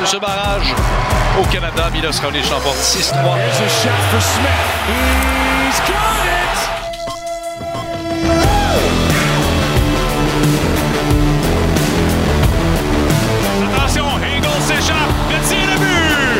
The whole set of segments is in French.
de ce barrage au Canada. Milos Raonic l'emporte 6-3. Here's a shot for Smith. He's got it! Attention, Hagel s'échappe. Le tir de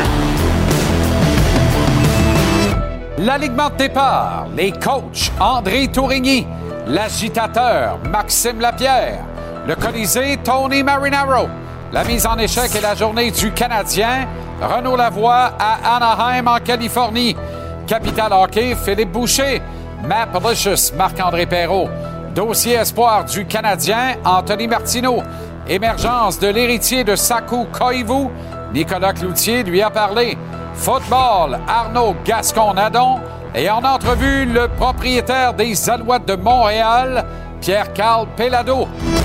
but! L'alignement de départ, les coachs André Tourigny, l'agitateur Maxime Lapierre, le Colisée Tony Marinaro, la mise en échec et la journée du Canadien, Renaud Lavoie à Anaheim en Californie, Capital Hockey Philippe Boucher, Matt Pelicious Marc-André Perrault, dossier espoir du Canadien Anthony Martineau, émergence de l'héritier de Saku Koivu, Nicolas Cloutier lui a parlé. Football, Arnaud Gascon-Nadon. Et en entrevue, le propriétaire des Alouettes de Montréal, Pierre-Carl Pellado.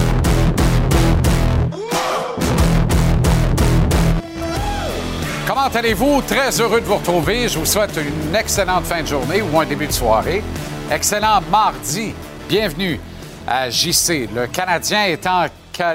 Comment allez-vous? Très heureux de vous retrouver. Je vous souhaite une excellente fin de journée ou un début de soirée. Excellent mardi. Bienvenue à JC. Le Canadien est en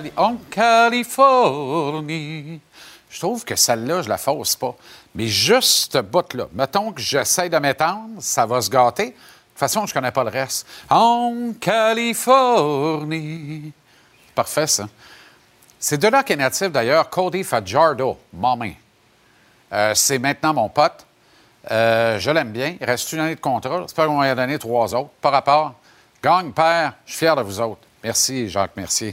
Californie. Je trouve que celle-là, je la fausse pas. Mais juste ce bout-là, mettons que j'essaie de m'étendre, ça va se gâter. De toute façon, je connais pas le reste. En Californie. Parfait, ça. C'est de là qu'est natif, d'ailleurs, Cody Fajardo, Mommy. C'est maintenant mon pote. Je l'aime bien. Il reste une année de contrat. J'espère qu'on va y donner 3 autres. Par rapport. Gagne, père, je suis fier de vous autres. Merci, Jacques Mercier.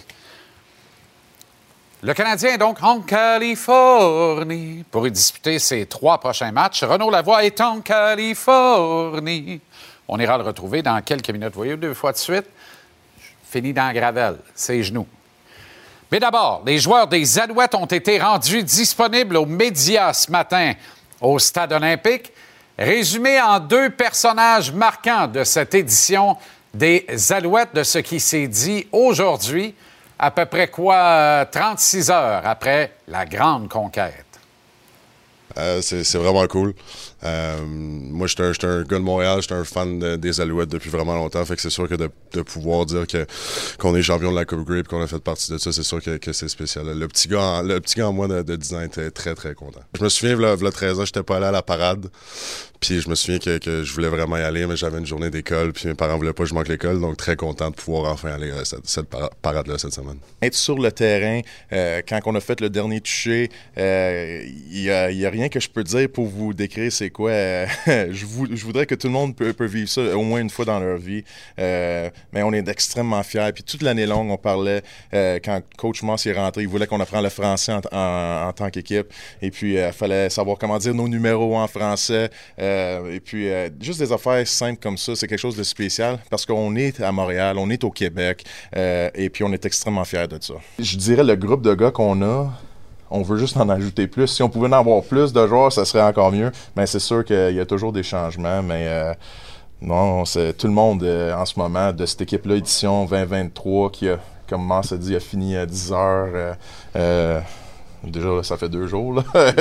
Le Canadien est donc en Californie pour y disputer ses 3 prochains matchs. Renaud Lavoie est en Californie. On ira le retrouver dans quelques minutes. Vous voyez, 2 fois de suite, fini dans la gravelle, ses genoux. Mais d'abord, les joueurs des Alouettes ont été rendus disponibles aux médias ce matin au Stade olympique. Résumé en 2 personnages marquants de cette édition des Alouettes, de ce qui s'est dit aujourd'hui, à peu près 36 heures après la grande conquête. C'est vraiment cool. Moi, j'étais un gars de Montréal, j'étais un fan des Alouettes depuis vraiment longtemps, fait que c'est sûr que de pouvoir dire qu'on est champion de la Coupe Grey et qu'on a fait partie de ça, c'est sûr que c'est spécial. Le petit gars en moi de 10 ans était très, très content. Je me souviens, v'là 13 ans, j'étais pas allé à la parade, puis je me souviens que je voulais vraiment y aller, mais j'avais une journée d'école, puis mes parents voulaient pas que je manque l'école, donc très content de pouvoir enfin aller à cette parade-là cette semaine. Être sur le terrain, quand on a fait le dernier toucher, il y a rien que je peux dire pour vous décrire c'est quoi. Je voudrais que tout le monde peut vivre ça au moins une fois dans leur vie. Mais on est extrêmement fiers. Puis toute l'année longue, on parlait, quand Coach Moss est rentré, il voulait qu'on apprenne le français en tant qu'équipe. Et puis, il fallait savoir comment dire nos numéros en français. Et puis, juste des affaires simples comme ça, c'est quelque chose de spécial parce qu'on est à Montréal, on est au Québec. Et puis, on est extrêmement fiers de ça. Je dirais le groupe de gars qu'on a, on veut juste en ajouter plus. Si on pouvait en avoir plus de joueurs, ça serait encore mieux. Mais c'est sûr qu'il y a toujours des changements. Mais non, c'est tout le monde en ce moment de cette équipe-là, édition 2023, qui a, comme Mars a dit, a fini à 10 heures. Déjà, ça fait 2 jours. Là.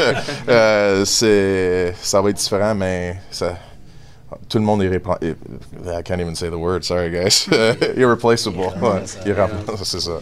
Ça va être différent, mais tout le monde est I can't even say the word, sorry guys. Irreplaceable. C'est ça.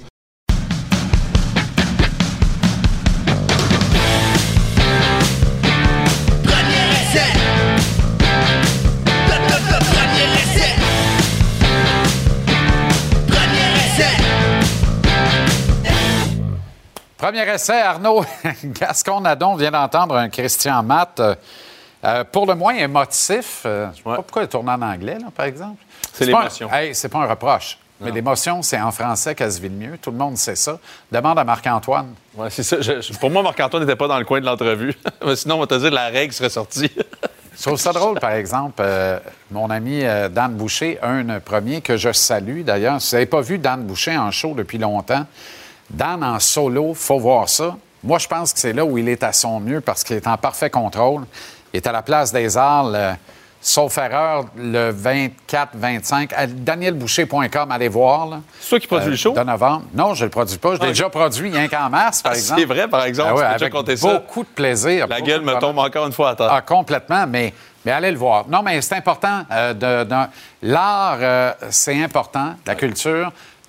Premier essai, Arnaud Gascon-Nadon vient d'entendre un Christian Matt pour le moins émotif. Je ne sais pas pourquoi il tourne en anglais, là, par exemple. C'est l'émotion. C'est pas un reproche. Non. Mais l'émotion, c'est en français qu'elle se vit le mieux. Tout le monde sait ça. Demande à Marc-Antoine. Oui, c'est ça. Pour moi, Marc-Antoine n'était pas dans le coin de l'entrevue. Mais sinon, on va te dire la règle serait sortie. Je trouve ça drôle, par exemple, mon ami Dan Boucher, un premier que je salue, d'ailleurs. Si vous n'avez pas vu Dan Boucher en show depuis longtemps, Dan en solo, faut voir ça. Moi, je pense que c'est là où il est à son mieux parce qu'il est en parfait contrôle. Il est à la Place des Arts, sauf erreur, le 24-25. DanielBoucher.com, allez voir. Là, c'est toi qui produis le show? De novembre. Non, je ne le produis pas. Je l'ai déjà produit rien qu'en mars, par exemple. C'est vrai, par exemple. Ouais, avec beaucoup de plaisir. La gueule me tombe encore une fois à terre. Ah, complètement, mais allez le voir. Non, mais c'est important. L'art, c'est important. La culture.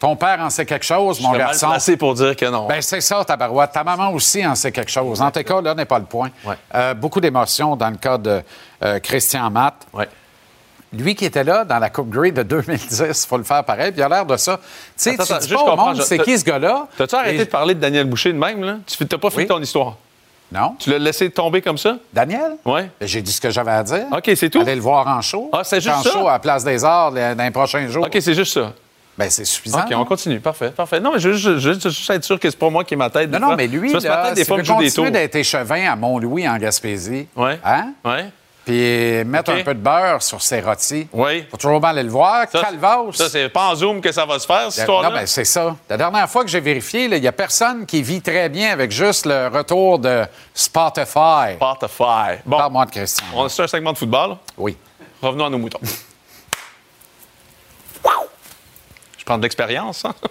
Ton père en sait quelque chose, mon Mal garçon. placé pour dire que non. Ben c'est ça, tabarouette. Ta maman aussi en sait quelque chose. En tout cas, là n'est pas le point. Ouais. Beaucoup d'émotions dans le cas de Christian Matt. Ouais. Lui qui était là dans la Coupe Grey de 2010, il faut le faire pareil, puis il a l'air de ça. Tu sais, Attends, tu dis juste pas au comprends, monde c'est qui ce gars-là. T'as-tu arrêté de parler de Daniel Boucher de même, là? Tu n'as pas fini Oui. ton histoire. Non? Tu l'as laissé tomber comme ça? Daniel? Oui. Ben, j'ai dit ce que j'avais à dire. OK, c'est tout? Allez le voir en show. Ah, c'est juste en ça? show à la Place des Arts dans les prochains jours. OK, c'est juste ça. Ben, c'est suffisant. OK, on continue. Parfait, parfait. Non, mais je veux juste être sûr que c'est pas moi qui est ma tête. Non, non, mais lui, c'est parce que ma là, tête, des s'il fois, veut me joue des continuer tours. d'être échevin à Mont-Louis, en Gaspésie, Ouais. hein? Ouais. Puis mettre OK. un peu de beurre sur ses rôtis. Oui. Faut toujours bien aller le voir. Ça, Calvados. Ça, c'est pas en Zoom que ça va se faire, cette histoire-là? Non, ben c'est ça. La dernière fois que j'ai vérifié, il n'y a personne qui vit très bien avec juste le retour de Spotify. Spotify. Bon, Parle-moi de Christian. c'est un segment de football. Oui. Revenons à nos moutons. Je prends de l'expérience, hein?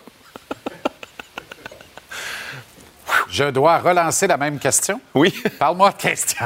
Je dois relancer la même question. Oui. Parle-moi de Christian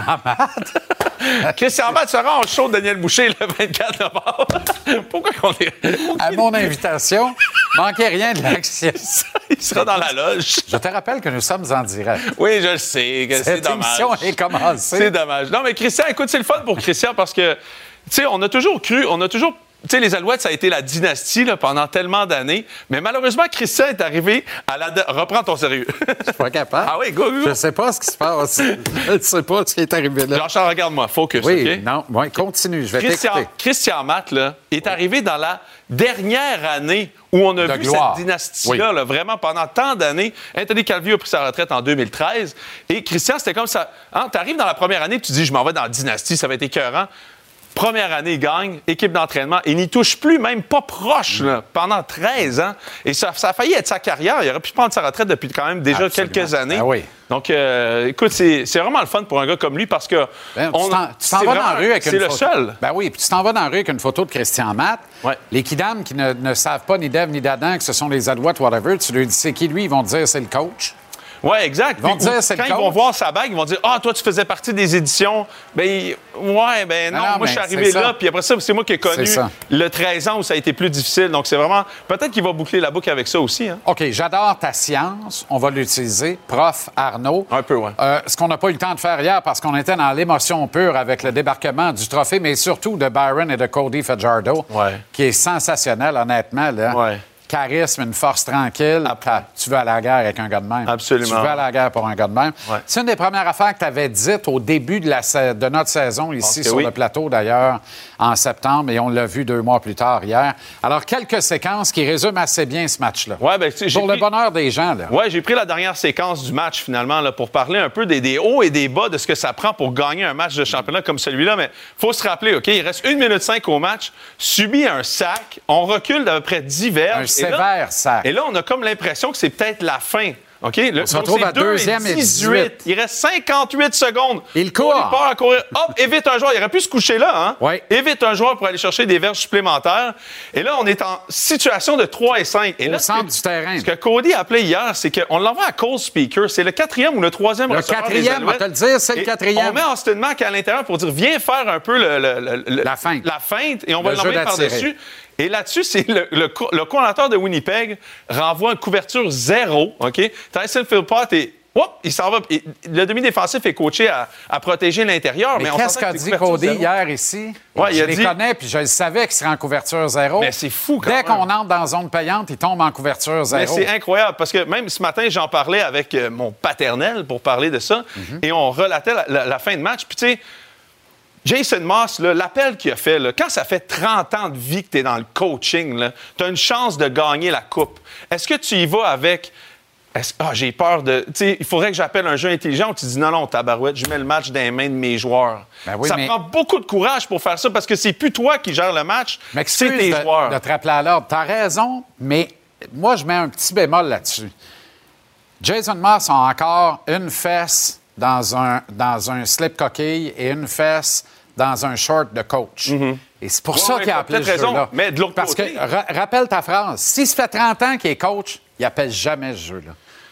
Matt. Christian Matt sera en show de Daniel Boucher le 24 novembre. Pourquoi qu'on est... À mon invitation, manquez rien de l'action. Il sera dans la loge. Je te rappelle que nous sommes en direct. Oui, je le sais. Que c'est Cette dommage. émission est commencée. C'est dommage. Non, mais Christian, écoute, c'est le fun pour Christian parce que, tu sais, on a toujours cru, tu sais, les Alouettes, ça a été la dynastie là, pendant tellement d'années. Mais malheureusement, Christian est arrivé à la... Reprends ton sérieux. Je suis pas capable. Ah oui, go. Je sais pas ce qui se passe. Je ne sais pas ce qui est arrivé là. Jean-Charles, regarde-moi. Focus, Oui, OK? non. Oui, continue. Je vais t'écouter. Christian Matt, là, est arrivé dans la dernière année où on a De vu gloire. cette dynastie-là, là, vraiment pendant tant d'années. Anthony Calvillo a pris sa retraite en 2013. Et Christian, c'était comme ça. Hein, tu arrives dans la première année et tu dis, je m'en vais dans la dynastie, ça va être écœurant. Première année, il gagne, équipe d'entraînement. Il n'y touche plus, même pas proche, là, pendant 13 ans. Et ça a failli être sa carrière. Il aurait pu prendre sa retraite depuis quand même déjà Absolument. quelques années. Ah oui. Donc, écoute, c'est vraiment le fun pour un gars comme lui parce que... Ben, tu t'en vas dans la rue avec une C'est le photo. seul. Ben oui, puis tu t'en vas dans la rue avec une photo de Christian Matt. Ouais. Les kidams qui ne savent pas ni d'Ève ni d'Adam que ce sont les Alouettes, whatever, tu leur dis c'est qui lui, ils vont te dire c'est le coach. Oui, exact. Ils vont Puis, dire, c'est le quand ils coach. vont voir sa bague, ils vont dire ah, toi, tu faisais partie des éditions. Ben, ouais, ben non, Non, moi, mais je suis c'est arrivé ça. là, puis après ça, c'est moi qui ai connu C'est ça. le 13 ans où ça a été plus difficile. Donc, c'est vraiment. Peut-être qu'il va boucler la boucle avec ça aussi. Hein? OK, j'adore ta science. On va l'utiliser. Prof Arnaud. Un peu, ouais. Ce qu'on n'a pas eu le temps de faire hier parce qu'on était dans l'émotion pure avec le débarquement du trophée, mais surtout de Byron et de Cody Fajardo, Ouais. qui est sensationnel, honnêtement. Là. Ouais. Charisme, une force tranquille. Tu veux aller à la guerre avec un gars de même. Absolument. Tu veux aller à la guerre pour un gars de même. Ouais. C'est une des premières affaires que tu avais dites au début de notre saison, ici que sur oui. le plateau d'ailleurs, en septembre, et on l'a vu 2 mois plus tard hier. Alors, quelques séquences qui résument assez bien ce match-là. Ouais, ben, tu sais, j'ai Pour le pris- bonheur des gens, là. Ouais, j'ai pris la dernière séquence du match, finalement, là, pour parler un peu des hauts et des bas de ce que ça prend pour gagner un match de championnat comme celui-là. Mais faut se rappeler, OK, il reste 1 minute 5 au match, subit un sac, on recule d'à peu près 10 verges. Un et sévère sac. Et là, on a comme l'impression que c'est peut-être la fin. OK? On se retrouve à 2e et 18. Il reste 58 secondes. Il court. Il part à courir. Hop, évite un joueur. Il aurait pu se coucher là, hein? Oui. Évite un joueur pour aller chercher des verges supplémentaires. Et là, on est en situation de 3 et 5. Et là, Au centre du terrain. Ce que Cody a appelé hier, c'est qu'on l'envoie à Cole Speaker. C'est le 4e ou le 3e Le receveur des 4e, on va Alouettes. te le dire, c'est le Et 4e. On met Austin Mack à l'intérieur pour dire viens faire un peu La feinte. la feinte et on va Le jeu l'envoyer d'attirer. par-dessus. Et là-dessus, c'est le coordinateur de Winnipeg renvoie une couverture 0. OK? Tyson Philpott il s'en va. Et le demi-défensif est coaché à protéger l'intérieur. Mais on qu'est-ce s'entend qu'a que c'est dit couverture Cody 0. hier ici? Ouais, il je a les dit- connais, puis je le savais qu'il serait en couverture 0. Mais c'est fou quand Dès même. qu'on entre dans zone payante, il tombe en couverture 0. Mais c'est incroyable parce que même ce matin, j'en parlais avec mon paternel pour parler de ça et on relatait la fin de match. Puis tu sais, Jason Moss, là, l'appel qu'il a fait, là, quand ça fait 30 ans de vie que tu es dans le coaching, tu as une chance de gagner la coupe. Est-ce que tu y vas avec... j'ai peur de... Tu sais, il faudrait que j'appelle un jeu intelligent ou tu dis non, tabarouette, je mets le match dans les mains de mes joueurs. Ben oui, ça mais- prend beaucoup de courage pour faire ça parce que c'est plus toi qui gères le match, c'est M'excuse tes joueurs. de te rappeler à l'ordre. T'as raison, mais moi, je mets un petit bémol là-dessus. Jason Moss a encore une fesse dans un slip coquille et une fesse dans un short de coach. Et c'est pour ça Ouais, qu'il a t'as appelé ce peut-être raison, jeu-là. mais de l'autre Parce côté- que, rappelle ta phrase, si ça fait 30 ans qu'il est coach, il appelle jamais ce jeu-là.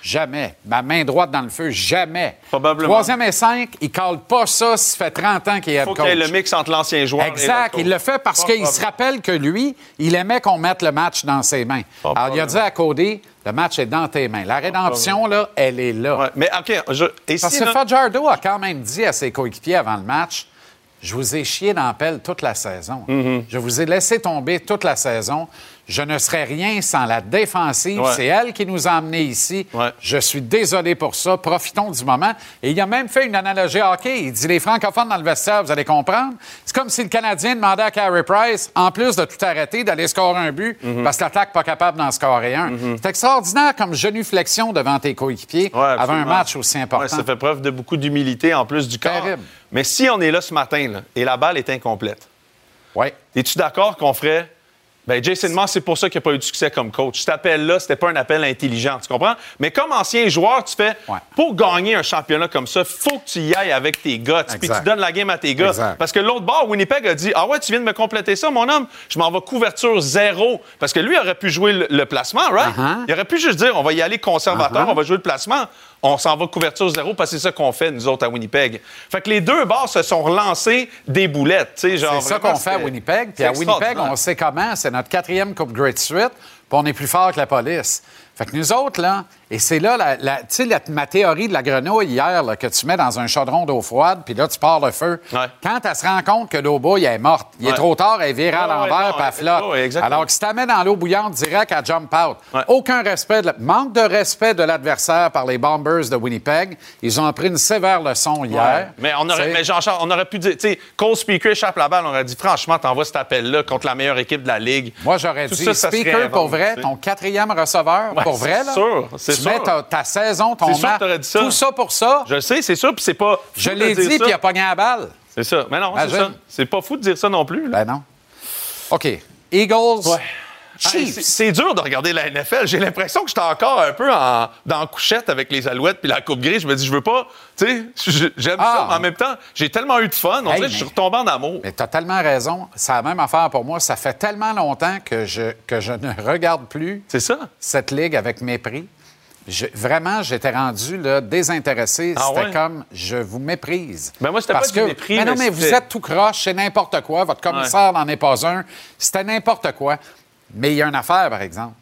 Jamais. Ma main droite dans le feu, jamais. Probablement. 3e et 5, il ne cale pas ça s'il fait 30 ans qu'il est head coach. Il faut qu'il y ait le mix entre l'ancien joueur exact. et le Il le fait parce qu'il se rappelle que lui, il aimait qu'on mette le match dans ses mains. Alors, il a dit à Cody, le match est dans tes mains. La rédemption, là, elle est là. Ouais, mais OK. Parce que Fajardo a quand même dit à ses coéquipiers avant le match, je vous ai chié dans la pelle toute la saison. Je vous ai laissé tomber toute la saison. Je ne serais rien sans la défensive. Ouais. C'est elle qui nous a emmenés ici. Ouais. Je suis désolé pour ça. Profitons du moment. Et il a même fait une analogie hockey. Il dit, les francophones dans le vestiaire, vous allez comprendre. C'est comme si le Canadien demandait à Carey Price, en plus de tout arrêter, d'aller scorer un but parce que l'attaque n'est pas capable d'en scorer un. C'est extraordinaire comme genuflexion devant tes coéquipiers avant un match aussi important. Ouais, ça fait preuve de beaucoup d'humilité en plus du corps. Terrible. Mais si on est là ce matin là, et la balle est incomplète, Oui. es-tu d'accord qu'on ferait... Ben Jason Moss, c'est pour ça qu'il n'a pas eu de succès comme coach. Cet appel-là, c'était pas un appel intelligent, tu comprends? Mais comme ancien joueur, tu fais, pour gagner un championnat comme ça, faut que tu y ailles avec tes gars, puis tu donnes la game à tes gars. Exact. Parce que l'autre bord, Winnipeg a dit, ah ouais, tu viens de me compléter ça, mon homme, je m'en vais couverture 0. Parce que lui aurait pu jouer le placement, right? Il aurait pu juste dire, on va y aller conservateur, on va jouer le placement. On s'en va couverture 0 parce que c'est ça qu'on fait, nous autres, à Winnipeg. Fait que les deux bords se sont relancés des boulettes. C'est ça qu'on fait à Winnipeg. Puis à Winnipeg, on sait comment. C'est notre 4e Coupe Grey de suite, puis on est plus fort que la police. Fait que nous autres, là, et c'est là, tu sais, ma théorie de la grenouille hier, là, que tu mets dans un chaudron d'eau froide, puis là, tu pars le feu. Ouais. Quand elle se rend compte que l'eau bouille, elle est morte. Il est trop tard, elle vire à l'envers, puis elle flotte. Alors que si tu la mets dans l'eau bouillante direct, elle jump out. Aucun respect, manque de respect de l'adversaire par les Bombers de Winnipeg. Ils ont appris une sévère leçon hier. Mais Jean-Charles, on aurait pu dire, tu sais, Cole Speaker échappe la balle, on aurait dit, franchement, t'envoies cet appel-là contre la meilleure équipe de la Ligue. Moi, j'aurais dit, Speaker, pour vrai, ton 4e receveur, pour vrai, là. C'est tu sûr. mets ta saison, ton match, tout ça pour ça. Je le sais, c'est sûr, puis c'est pas... Je l'ai dit, puis il a pogné la balle. C'est ça. Mais non, c'est ça. C'est pas fou de dire ça non plus. Là. Ben non. OK. Eagles, Chiefs. C'est dur de regarder la NFL. J'ai l'impression que j'étais encore un peu dans la couchette avec les Alouettes puis la Coupe Grey. Je me dis, je veux pas... Tu sais, j'aime ça, mais en même temps, j'ai tellement eu de fun. On dirait que je suis retombé en amour. Mais t'as tellement raison. C'est la même affaire pour moi. Ça fait tellement longtemps que je ne regarde plus cette ligue avec mépris. Vraiment, j'étais rendu là, désintéressé. C'était comme, je vous méprise. Ben moi, c'était pas du mépris. Mais non, mais vous êtes tout croche, c'est n'importe quoi. Votre commissaire n'en est pas un. C'était n'importe quoi. Mais il y a une affaire, par exemple.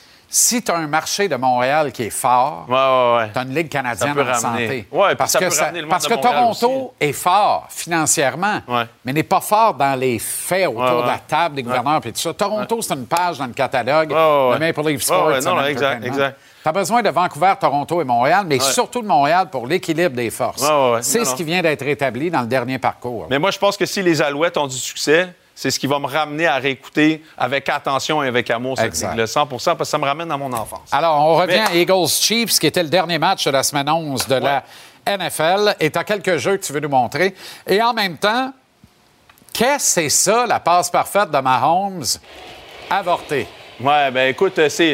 Si tu as un marché de Montréal qui est fort, tu as une Ligue canadienne en santé. Parce que Toronto est fort financièrement, mais n'est pas fort dans les faits autour de la table des gouverneurs et tout ça. Toronto, c'est une page dans le catalogue de Maple Leaf Sports. Exact. Tu as besoin de Vancouver, Toronto et Montréal, mais surtout de Montréal pour l'équilibre des forces. C'est ce qui vient d'être établi dans le dernier parcours. Mais moi, je pense que si les Alouettes ont du succès, c'est ce qui va me ramener à réécouter avec attention et avec amour cette ligue-là, 100 % parce que ça me ramène à mon enfance. Alors, on revient à Eagles-Chiefs, qui était le dernier match de la semaine 11 de la NFL. Et tu as quelques jeux que tu veux nous montrer. Et en même temps, qu'est-ce que c'est ça, la passe parfaite de Mahomes avortée? Ouais, ben écoute, c'est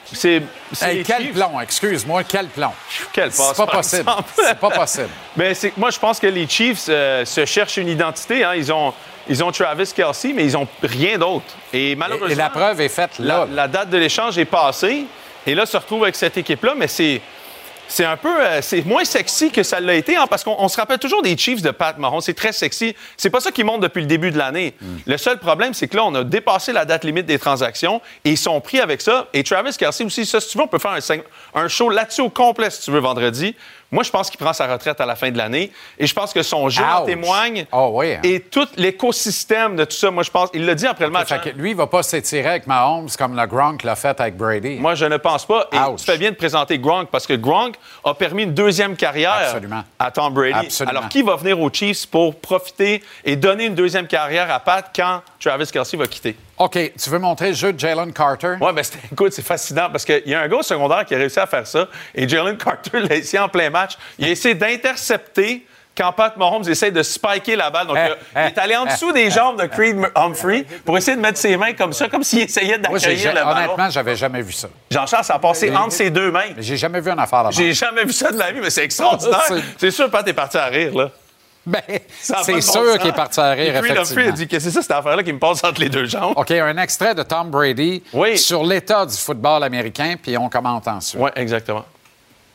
quel plomb, excuse-moi, quel plomb. Quelle passe, c'est pas possible. C'est pas possible. Ben, moi, je pense que les Chiefs se cherchent une identité. Hein. Ils ont Travis Kelce, mais ils n'ont rien d'autre. Et malheureusement... Et la preuve est faite là. La date de l'échange est passée. Et là, se retrouve avec cette équipe-là, mais c'est un peu... c'est moins sexy que ça l'a été, hein, parce qu'on se rappelle toujours des Chiefs de Pat Mahomes. C'est très sexy. C'est pas ça qui monte depuis le début de l'année. Le seul problème, c'est que là, on a dépassé la date limite des transactions et ils sont pris avec ça. Et Travis Kelce aussi, ça, si tu veux, on peut faire un show là-dessus au complet, si tu veux, vendredi. Moi, je pense qu'il prend sa retraite à la fin de l'année. Et je pense que son jeu en témoigne. Et tout l'écosystème de tout ça, moi, je pense... Il l'a dit après le match. Fait que lui, il ne va pas s'étirer avec Mahomes comme le Gronk l'a fait avec Brady. Moi, je ne pense pas. Et tu fais bien de présenter Gronk parce que Gronk a permis une deuxième carrière à Tom Brady. Absolument. Alors, qui va venir aux Chiefs pour profiter et donner une deuxième carrière à Pat quand Travis Kelce va quitter? OK. Tu veux montrer le jeu de Jalen Carter? Oui, bien, écoute, c'est fascinant parce qu'il y a un gars au secondaire qui a réussi à faire ça et Jalen Carter l'a essayé en plein match. Il a essayé d'intercepter quand Pat Mahomes essaie de spiker la balle. Donc, il est allé en dessous des jambes de Creed Humphrey pour essayer de mettre ses mains comme ça, comme s'il essayait d'accueillir le ballon. Honnêtement, j'avais jamais vu ça. Jean-Charles, ça a passé entre ses deux mains. J'ai jamais vu une affaire là-bas. J'ai jamais vu ça de ma vie, mais c'est extraordinaire. C'est sûr, Pat est parti à rire, là. Ben, c'est sûr qu'il est parti à rire, effectivement. Humphrey a dit que c'est ça, cette affaire-là qui me passe entre les deux jambes. OK, un extrait de Tom Brady sur l'état du football américain, puis on commente ensuite. Oui, exactement.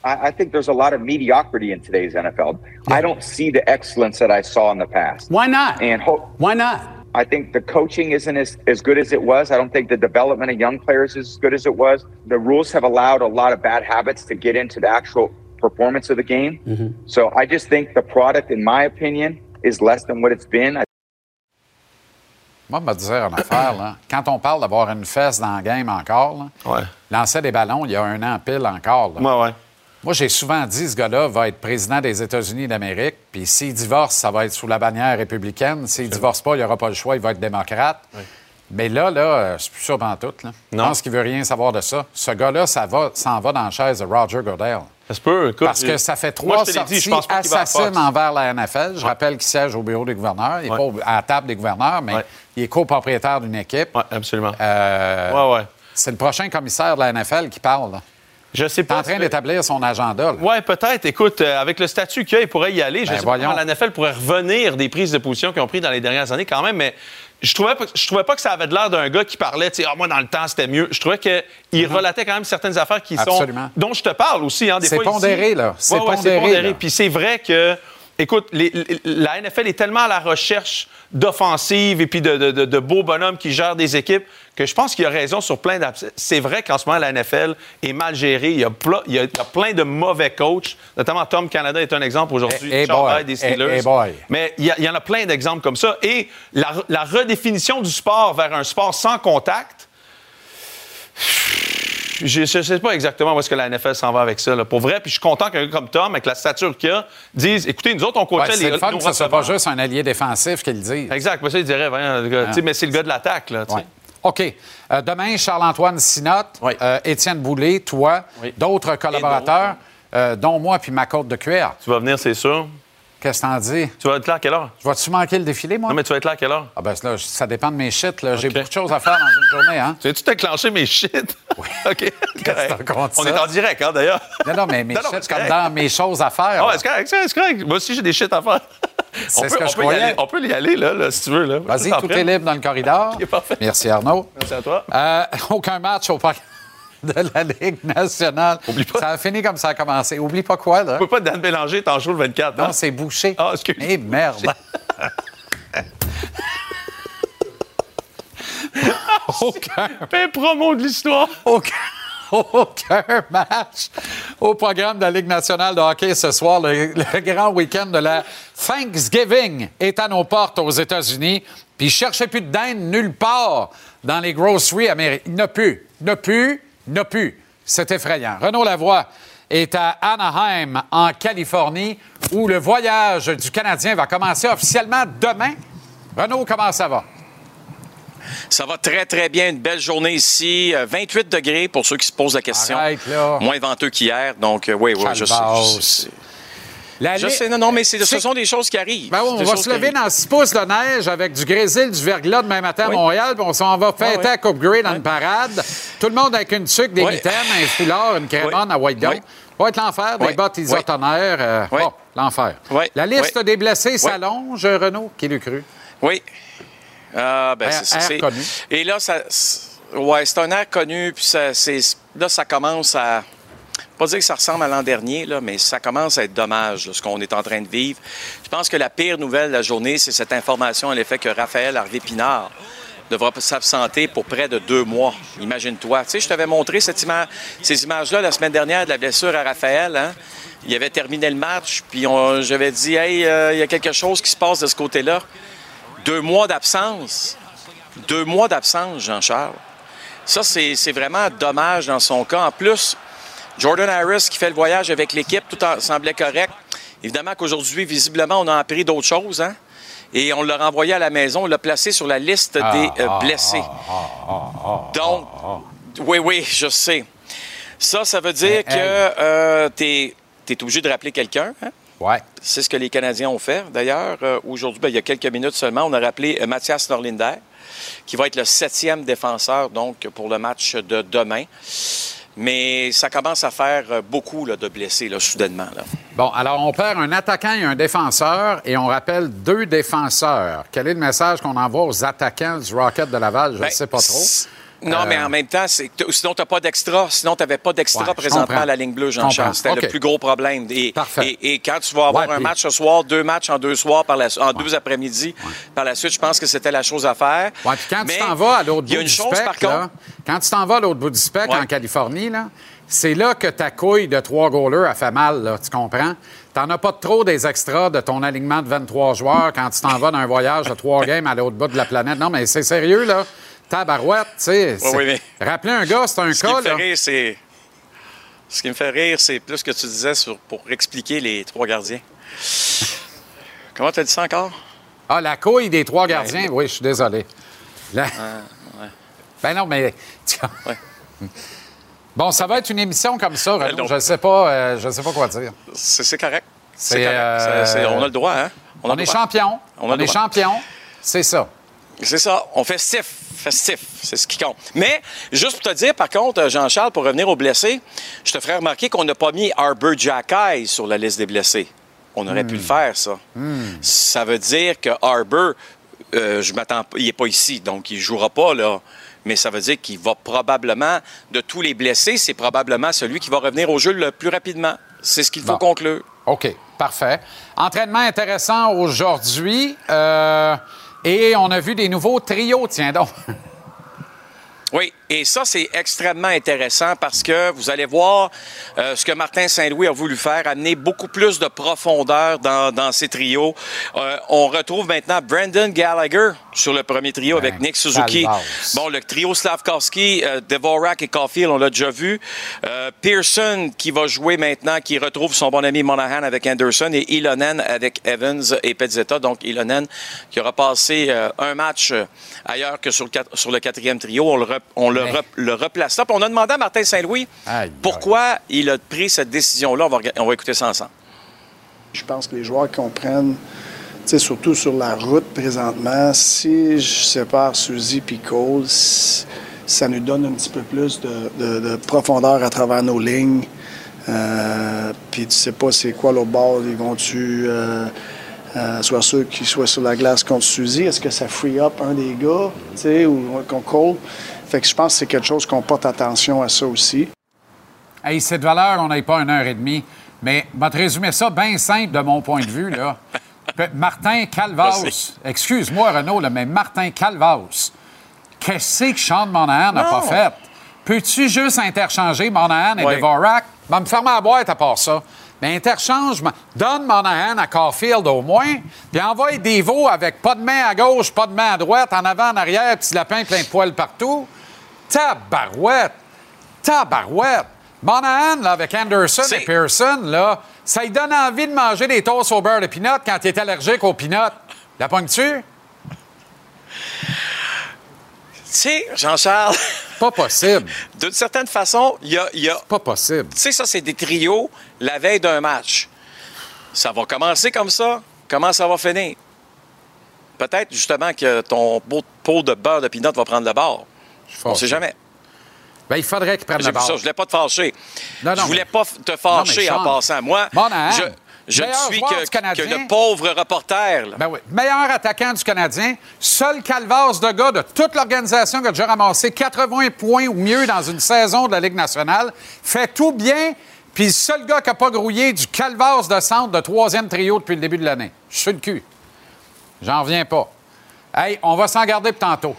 I think there's a lot of mediocrity in today's NFL. I don't see the excellence that I saw in the past. Why not? Why not? I think the coaching isn't as good as it was. I don't think the development of young players is as good as it was. The rules have allowed a lot of bad habits to get into the actual performance of the game. Mm-hmm. So I just think the product, in my opinion, is less than what it's been. Moi, je vais te dire une affaire, là. Quand on parle d'avoir une fesse dans le game encore, là, lancer des ballons il y a un an pile encore. Là. Moi, j'ai souvent dit ce gars-là va être président des États-Unis d'Amérique, puis s'il divorce, ça va être sous la bannière républicaine. S'il ne divorce pas, il n'y aura pas le choix, il va être démocrate. Oui. Mais là, c'est plus sûr pantoute. Là. Je pense qu'il ne veut rien savoir de ça. Ce gars-là, s'en va dans la chaise de Roger Goodell. Ça se peut. Écoute, parce que ça fait 3 sorties assassines envers la NFL. Je rappelle qu'il siège au bureau des gouverneurs. Il n'est pas à la table des gouverneurs, mais il est copropriétaire d'une équipe. Oui, absolument. C'est le prochain commissaire de la NFL qui parle. Là. Je sais pas. Il est en train d'établir son agenda. Oui, peut-être. Écoute, avec le statut qu'il y a, il pourrait y aller. Je sais pas comment la NFL pourrait revenir des prises de position qu'ils ont prises dans les dernières années quand même, mais je trouvais pas que ça avait de l'air d'un gars qui parlait, tu sais, moi, dans le temps, c'était mieux. Je trouvais qu'il relatait quand même certaines affaires qui sont... dont je te parle aussi, hein, des fois. C'est pondéré, ici. Là. C'est pondéré. Puis c'est vrai que... Écoute, la NFL est tellement à la recherche d'offensives et puis de beaux bonhommes qui gèrent des équipes que je pense qu'il y a raison sur plein d'aspects. C'est vrai qu'en ce moment, la NFL est mal gérée. Il y a plein de mauvais coachs, notamment Tom Canada est un exemple aujourd'hui, des Steelers. Mais il y en a plein d'exemples comme ça. Et la redéfinition du sport vers un sport sans contact... Je ne sais pas exactement où est-ce que la NFL s'en va avec ça, là, pour vrai. Puis je suis content qu'un gars comme Tom, avec la stature qu'il a, dise écoutez, nous autres, on coachait les gars. C'est le fun que ce soit pas juste un allié défensif qui le dit. Exact. Mais ça, il dirait mais c'est le gars de l'attaque. Là, OK. Demain, Charles-Antoine Sinotte, Étienne Boulay, toi, d'autres collaborateurs, dont moi puis ma côte de cuir. Tu vas venir, c'est sûr. Qu'est-ce que t'en dis? Tu vas être là à quelle heure? Vas-tu manquer le défilé, moi? Non, mais tu vas être là à quelle heure? Ah ben là, ça dépend de mes shit. Là. J'ai beaucoup de choses à faire dans une journée. Hein? Tu veux-tu déclencher mes shit? Oui. OK. On est en direct, hein, d'ailleurs. Non, mais mes shit, comme dans mes choses à faire. Ah, c'est correct. Moi aussi, j'ai des shit à faire. C'est ce que je croyais. On peut y aller, là, si tu veux. Là. Vas-y, tout est libre dans le corridor. Okay, parfait. Merci, Arnaud. Merci à toi. Aucun match au parc de la Ligue nationale. Oublie pas. Ça a fini comme ça a commencé. Oublie pas quoi, là? Tu peux pas Dan Bélanger, t'en joues le 24. Non, c'est bouché. Ah, excuse. Eh, merde. Aucun. Fais promo de l'histoire. Aucun match au programme de la Ligue nationale de hockey ce soir. Le grand week-end de la Thanksgiving est à nos portes aux États-Unis. Puis cherchez plus de dinde nulle part dans les groceries américaines. Il n'y a plus. C'est effrayant. Renaud Lavoie est à Anaheim, en Californie, où le voyage du Canadien va commencer officiellement demain. Renaud, comment ça va? Ça va très, très bien. Une belle journée ici. 28 degrés pour ceux qui se posent la question. Arrête, là. Moins venteux qu'hier. Donc, oui, je sais. Je sais, non, mais ce sont des choses qui arrivent. Ben oui, on va se lever dans 6 pouces de neige avec du grésil, du verglas demain matin à Montréal, puis on s'en va fêter à Coupe Grey dans une parade. Tout le monde avec une tuque, des mitaines, un foulard, une crémone à white dog. Ça va être l'enfer, des bottes isotonnerres. Bon, l'enfer. La liste des blessés s'allonge, Renaud, qui l'a cru? Oui. C'est connu. Et là, c'est un air connu, puis ça commence à... Pas dire que ça ressemble à l'an dernier, là, mais ça commence à être dommage, là, ce qu'on est en train de vivre. Je pense que la pire nouvelle de la journée, c'est cette information à l'effet que Raphaël Harvey-Pinard devra s'absenter pour près de 2 mois. Imagine-toi. Tu sais, je t'avais montré ces images-là la semaine dernière de la blessure à Raphaël. Hein? Il avait terminé le match, puis j'avais dit, hey, il y a quelque chose qui se passe de ce côté-là. 2 mois d'absence. 2 mois d'absence, Jean-Charles. Ça, c'est vraiment dommage dans son cas. En plus, Jordan Harris qui fait le voyage avec l'équipe, tout semblait correct. Évidemment qu'aujourd'hui, visiblement, on a appris d'autres choses, hein? Et on l'a renvoyé à la maison, on l'a placé sur la liste des blessés. Donc, oui, je sais. Ça veut dire que t'es obligé de rappeler quelqu'un, hein? Ouais. C'est ce que les Canadiens ont fait. D'ailleurs, aujourd'hui, il y a quelques minutes seulement, on a rappelé Mathias Norlinder, qui va être le 7e défenseur, donc, pour le match de demain. Mais ça commence à faire beaucoup là, de blessés, là, soudainement. Là. Bon, alors on perd un attaquant et un défenseur, et on rappelle 2 défenseurs. Quel est le message qu'on envoie aux attaquants du Rocket de Laval? Je ne sais pas trop. Non, mais en même temps, sinon, tu n'as pas d'extra. Sinon, tu n'avais pas d'extra présentement à la ligne bleue, Jean-Charles. C'était le plus gros problème. Et quand tu vas avoir un match ce soir, 2 matchs en 2 soirs, en 2 après-midi, par la suite, je pense que c'était la chose à faire. Ouais, puis quand tu t'en vas à l'autre bout du spectre, quand tu t'en vas à l'autre bout du spectre en Californie, là, c'est là que ta couille de 3 goalers a fait mal, là, tu comprends? T'en as pas trop des extras de ton alignement de 23 joueurs quand tu t'en vas d'un voyage de 3 games à l'autre bout de la planète. Non, mais c'est sérieux, là. Tabarouette, tu sais. Oui, mais... Rappeler un gars, c'est un cas, là. Ce qui me fait rire, c'est plus ce que tu disais pour expliquer les 3 gardiens. Comment tu as dit ça encore? Ah, la couille des 3 gardiens? Oui, je suis désolé. Ben non, mais... Bon, ça va être une émission comme ça, Renaud. Je ne sais pas quoi dire. C'est correct. C'est correct. On a le droit, hein? On est champion. On est champion. C'est ça. C'est ça. On festif. C'est ce qui compte. Mais, juste pour te dire, par contre, Jean-Charles, pour revenir aux blessés, je te ferai remarquer qu'on n'a pas mis Arber Xhekaj sur la liste des blessés. On aurait pu le faire, ça. Ça veut dire que Arber, je m'attends, il n'est pas ici, donc il ne jouera pas, là. Mais ça veut dire qu'il va probablement, de tous les blessés, c'est probablement celui qui va revenir au jeu le plus rapidement. C'est ce qu'il faut conclure. OK, parfait. Entraînement intéressant aujourd'hui. Et on a vu des nouveaux trios, tiens donc. Oui, et ça, c'est extrêmement intéressant parce que vous allez voir ce que Martin Saint-Louis a voulu faire, amener beaucoup plus de profondeur dans ces trios. On retrouve maintenant Brendan Gallagher sur le premier trio avec Nick Suzuki. Bon, le trio Slavkovski, Dvorak et Caulfield, on l'a déjà vu. Pearson qui va jouer maintenant, qui retrouve son bon ami Monahan avec Anderson et Ilonen avec Evans et Pezzetta. Donc, Ilonen qui aura passé un match ailleurs que sur le 4e trio. On le replace là. Puis on a demandé à Martin Saint-Louis pourquoi il a pris cette décision-là. On va écouter ça ensemble. Je pense que les joueurs comprennent, surtout sur la route présentement, si je sépare Suzy et Cole, ça nous donne un petit peu plus de profondeur à travers nos lignes. Puis tu sais pas c'est quoi l'autre bord. Ils vont-tu soit ceux qui soient sur la glace contre Suzy? Est-ce que ça free up un des gars, ou contre Cole? Fait que je pense que c'est quelque chose qu'on porte attention à ça aussi. Hey, cette valeur, on n'a pas 1h30. Mais je vais te résumer ça bien simple de mon point de vue, là. Martin Calvas, excuse-moi Renaud, là, mais Martin Calvas, qu'est-ce que Sean Monahan n'a pas fait? Peux-tu juste interchanger Monahan et Dvorak? Va me fermer la boîte à part ça. Mais interchange, donne Monahan à Caulfield au moins, puis envoie des veaux avec pas de main à gauche, pas de main à droite, en avant, en arrière, petit lapin plein de poils partout. Tabarouette! Monahan, là, avec Anderson et Pearson, là, ça lui donne envie de manger des toasts au beurre de peanut quand il est allergique aux peanuts. La pognes-tu? Tu sais, Jean-Charles... Pas possible. D'une certaine façon, il y a... C'est pas possible. Tu sais, ça, c'est des trios la veille d'un match. Ça va commencer comme ça. Comment ça va finir? Peut-être, justement, que ton pot de beurre de peanut va prendre le bord. On ne sait jamais. Bien, il faudrait qu'il prenne le bord. Je ne voulais pas te fâcher. Je voulais pas te fâcher en passant. Moi, je ne suis que le pauvre reporter. Là. Ben oui. Meilleur attaquant du Canadien. Seul calvasse de gars de toute l'organisation qui a déjà ramassé 80 points ou mieux dans une saison de la Ligue nationale. Fait tout bien. Puis le seul gars qui n'a pas grouillé du calvasse de centre de 3e trio depuis le début de l'année. Je suis le cul. J'en reviens pas. Hey, on va s'en garder pour tantôt.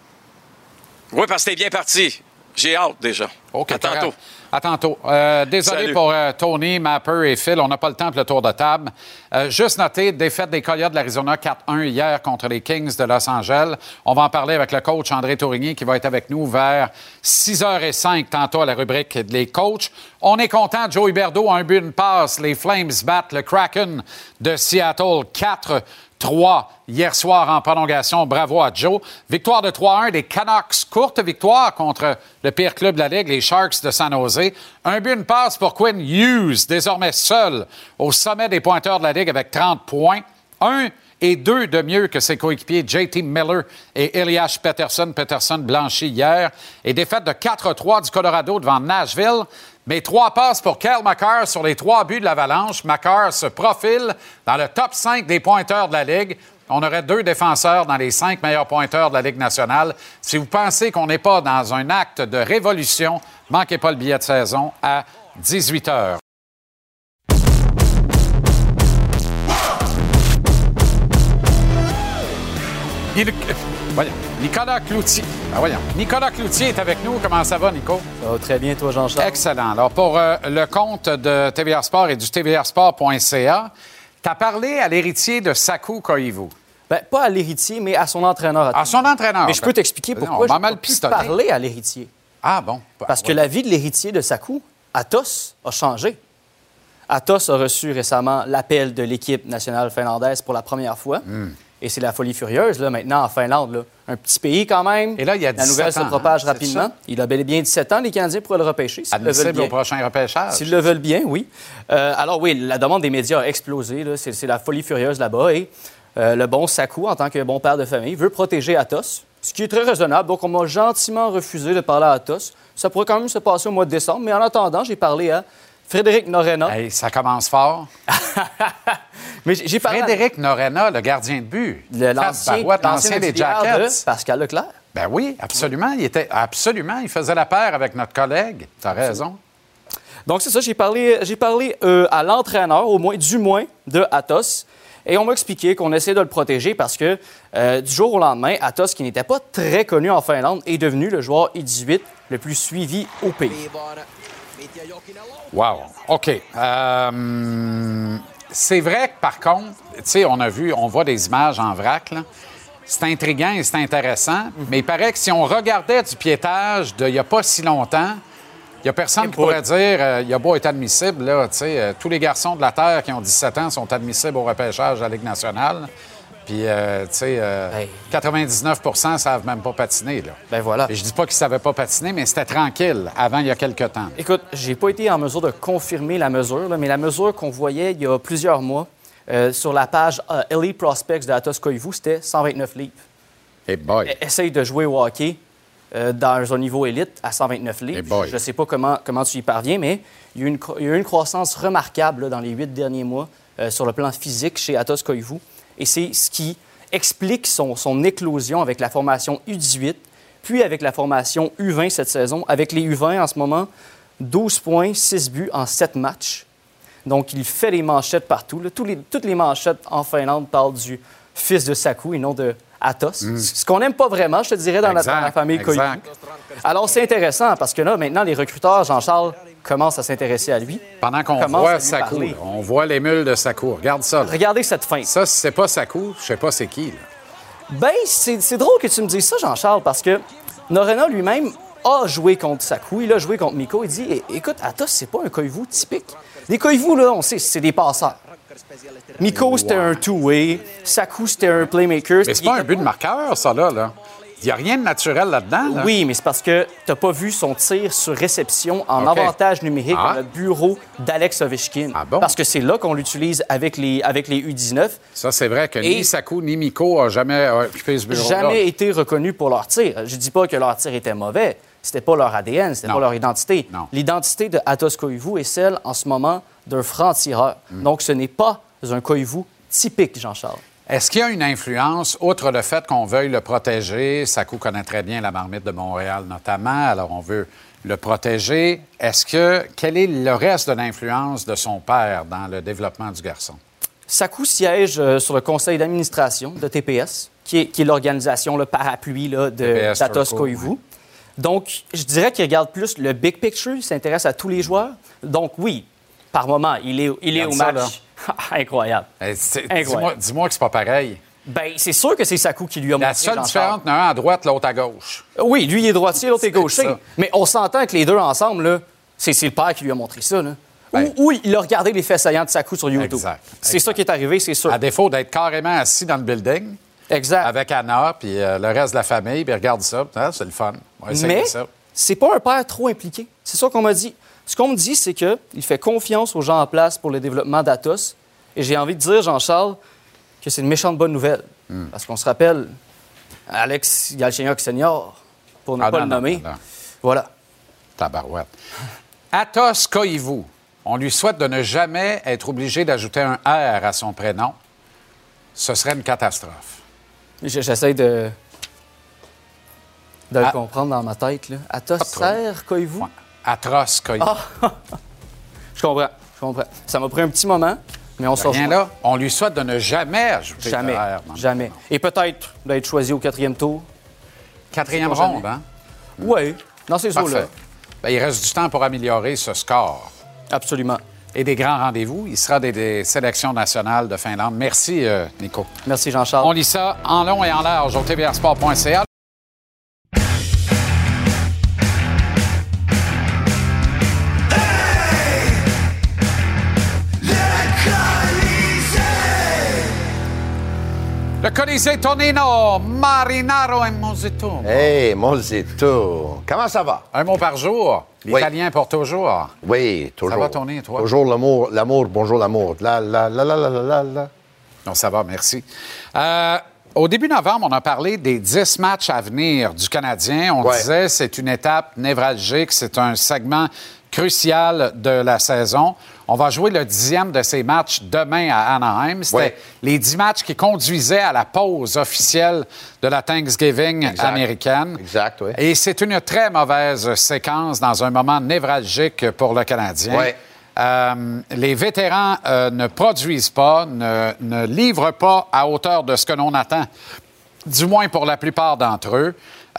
Oui, parce que t'es bien parti. J'ai hâte déjà. OK, à tantôt. À tantôt. Désolé Salut. pour Tony, Mapper et Phil. On n'a pas le temps pour le tour de table. Juste noter, défaite des Coyotes de l'Arizona 4-1 hier contre les Kings de Los Angeles. On va en parler avec le coach André Tourigny qui va être avec nous vers 6h05 tantôt à la rubrique des coachs. On est content. Joey Berdo a un but, une passe. Les Flames battent le Kraken de Seattle 4-3 hier soir en prolongation. Bravo à Joe. Victoire de 3-1 des Canucks. Courte victoire contre le pire club de la Ligue, les Sharks de San Jose. Un but, une passe pour Quinn Hughes, désormais seul au sommet des pointeurs de la Ligue avec 30 points. 1 et 2 de mieux que ses coéquipiers JT Miller et Elias Pettersson. Pettersson blanchi hier. Et défaite de 4-3 du Colorado devant Nashville. Mais 3 passes pour Cale Makar sur les 3 buts de l'Avalanche. Makar se profile dans le top 5 des pointeurs de la Ligue. On aurait 2 défenseurs dans les 5 meilleurs pointeurs de la Ligue nationale. Si vous pensez qu'on n'est pas dans un acte de révolution, manquez pas le billet de saison à 18h. Nicolas Cloutier. Nicolas Cloutier est avec nous. Comment ça va, Nico? Ça va très bien, toi, Jean-Charles. Excellent. Alors, pour le compte de TVA Sport et du tvrsport.ca, tu as parlé à l'héritier de Sakou Koivu. Bien, pas à l'héritier, mais à son entraîneur. À son entraîneur. Mais je peux t'expliquer pourquoi je n'ai pas parlé à l'héritier. Ah bon? Parce que la vie de l'héritier de Sakou, Atos, a changé. Atos a reçu récemment l'appel de l'équipe nationale finlandaise pour la première fois. Et c'est la folie furieuse, là, maintenant, en Finlande. Là. Un petit pays, quand même. Et là, il y a 17 ans. La nouvelle se propage rapidement. Il a bel et bien 17 ans. Les Canadiens pourraient le repêcher. Admissible au prochain repêchage. S'ils le veulent bien, oui. Alors, oui, la demande des médias a explosé. Là. C'est la folie furieuse là-bas. Et le bon Sakou, en tant que bon père de famille, veut protéger Atos, ce qui est très raisonnable. Donc, on m'a gentiment refusé de parler à Atos. Ça pourrait quand même se passer au mois de décembre. Mais en attendant, j'ai parlé à Frédéric Norrena. Hey, ça commence fort. Mais j'ai parlé Frédéric Norrena, le gardien de but. L'ancien des Jackets. Pascal Leclerc. Ben oui, absolument. Il faisait la paire avec notre collègue. Tu as raison. Donc, c'est ça. J'ai parlé à l'entraîneur, du moins, de Atos. Et on m'a expliqué qu'on essayait de le protéger parce que du jour au lendemain, Atos, qui n'était pas très connu en Finlande, est devenu le joueur U18 le plus suivi au pays. Wow. OK. C'est vrai que, par contre, tu sais, on voit des images en vrac, là. C'est intriguant et c'est intéressant, mais il paraît que si on regardait du piétage d'il n'y a pas si longtemps, il n'y a personne qui pourrait dire il a beau être admissible, là, tu sais, tous les garçons de la Terre qui ont 17 ans sont admissibles au repêchage de la Ligue nationale. Puis, tu sais, 99 ne savent même pas patiner, là. Ben voilà. Et je dis pas qu'ils ne savaient pas patiner, mais c'était tranquille avant il y a quelques temps. Écoute, j'ai pas été en mesure de confirmer la mesure, là, mais la mesure qu'on voyait il y a plusieurs mois sur la page Elite Prospects de Atos Koivu, c'était 129 livres. Hey boy! Essaye de jouer au hockey dans un niveau élite à 129 livres. Hey boy. Je ne sais pas comment tu y parviens, mais il y a eu une croissance remarquable là, dans les 8 derniers mois sur le plan physique chez Atos Koivu. Et c'est ce qui explique son éclosion avec la formation U18, puis avec la formation U20 cette saison. Avec les U20, en ce moment, 12 points, 6 buts en 7 matchs. Donc, il fait les manchettes partout. Là. Toutes les manchettes en Finlande parlent du fils de Sakou et non de Atos. Ce qu'on n'aime pas vraiment, je te dirais, dans la famille Koivu. Alors, c'est intéressant parce que là, maintenant, les recruteurs, Jean-Charles, commencent à s'intéresser à lui. Pendant qu'on voit Sakou, on voit les mules de Sakou. Regarde ça. Là. Regardez cette fin. Ça, si c'est pas Sakou, je sais pas c'est qui. Là. Bien, c'est drôle que tu me dises ça, Jean-Charles, parce que Norrena lui-même a joué contre Sakou. Il a joué contre Mikko. Il dit, écoute, Atos, c'est pas un Koivu typique. Les Koivu, là, on sait, c'est des passeurs. Mikko, c'était un two-way. Sakou, c'était un playmaker. Mais c'est pas un but de marqueur, ça, là. Il n'y a rien de naturel là-dedans. Là. Oui, mais c'est parce que tu n'as pas vu son tir sur réception en avantage numérique dans le bureau d'Alex Ovechkin. Ah bon? Parce que c'est là qu'on l'utilise avec les U19. Ça, c'est vrai que ni Sakou ni Mikko n'ont jamais occupé ce bureau-là. Jamais été reconnus pour leur tir. Je ne dis pas que leur tir était mauvais. C'était pas leur ADN, c'était pas leur identité. Non. L'identité de Atos Koivu est celle, en ce moment, d'un franc-tireur. Donc, ce n'est pas un Koivu typique, Jean-Charles. Est-ce qu'il y a une influence, outre le fait qu'on veuille le protéger? Sakou connaît très bien la Marmite de Montréal, notamment, alors on veut le protéger. Quel est le reste de l'influence de son père dans le développement du garçon? Sakou siège sur le conseil d'administration de TPS, qui est l'organisation, le parapluie d'Atos Koivu. Ouais. Donc, je dirais qu'il regarde plus le big picture, il s'intéresse à tous les joueurs. Donc, oui, par moment, il est au match. Là. Incroyable. Incroyable. Dis-moi que c'est pas pareil. Bien, c'est sûr que c'est Sakou qui lui a montré. La seule différence, il y en a un à droite, l'autre à gauche. Oui, lui, il est droitier, l'autre est gaucher. Mais on s'entend que les deux ensemble, là, c'est le père qui lui a montré ça. Là. Ou il a regardé les faits saillants de Sakou sur YouTube. C'est ça qui est arrivé, c'est sûr. À défaut d'être carrément assis dans le building. Exact. Avec Anna, puis le reste de la famille, puis regarde ça. C'est le fun. Mais c'est pas un père trop impliqué. C'est ça qu'on m'a dit. Ce qu'on me dit, c'est qu'il fait confiance aux gens en place pour le développement d'Atos. Et j'ai envie de dire, Jean-Charles, que c'est une méchante bonne nouvelle. Parce qu'on se rappelle, Alex Galchenyuk Senior, pour ne pas le nommer. Non. Voilà. Tabarouette. Atos Koivu. On lui souhaite de ne jamais être obligé d'ajouter un R à son prénom. ce serait une catastrophe. J'essaie de le comprendre dans ma tête. Là. Atosser Koivu? Ouais. Atroce Koivu. Ah. Je comprends. Ça m'a pris un petit moment, mais on s'en Rien là. On lui souhaite de ne jamais ajouter Jamais. de R. Jamais. Et peut-être d'être choisi au 4e tour. 4e ronde, hein? Oui, dans ces eaux-là. Ben, il reste du temps pour améliorer ce score. Absolument. Et des grands rendez-vous. Il sera des sélections nationales de Finlande. Merci, Nico. Merci, Jean-Charles. On lit ça en long et en large au tvrsport.ca. Le Colisée Tonino, Marinaro et Mosito. Hey, Mosito. Comment ça va? Un mot par jour. L'italien pour toujours. Oui, toujours. Ça va, Tony, toi? Toujours l'amour, bonjour l'amour. La. Non, ça va, merci. Au début novembre, on a parlé des 10 matchs à venir du Canadien. On disait que c'est une étape névralgique, c'est un segment crucial de la saison. On va jouer le 10e de ces matchs demain à Anaheim. C'était les 10 matchs qui conduisaient à la pause officielle de la Thanksgiving américaine. Exact, oui. Et c'est une très mauvaise séquence dans un moment névralgique pour le Canadien. Oui. Les vétérans ne produisent pas, ne livrent pas à hauteur de ce que l'on attend, du moins pour la plupart d'entre eux.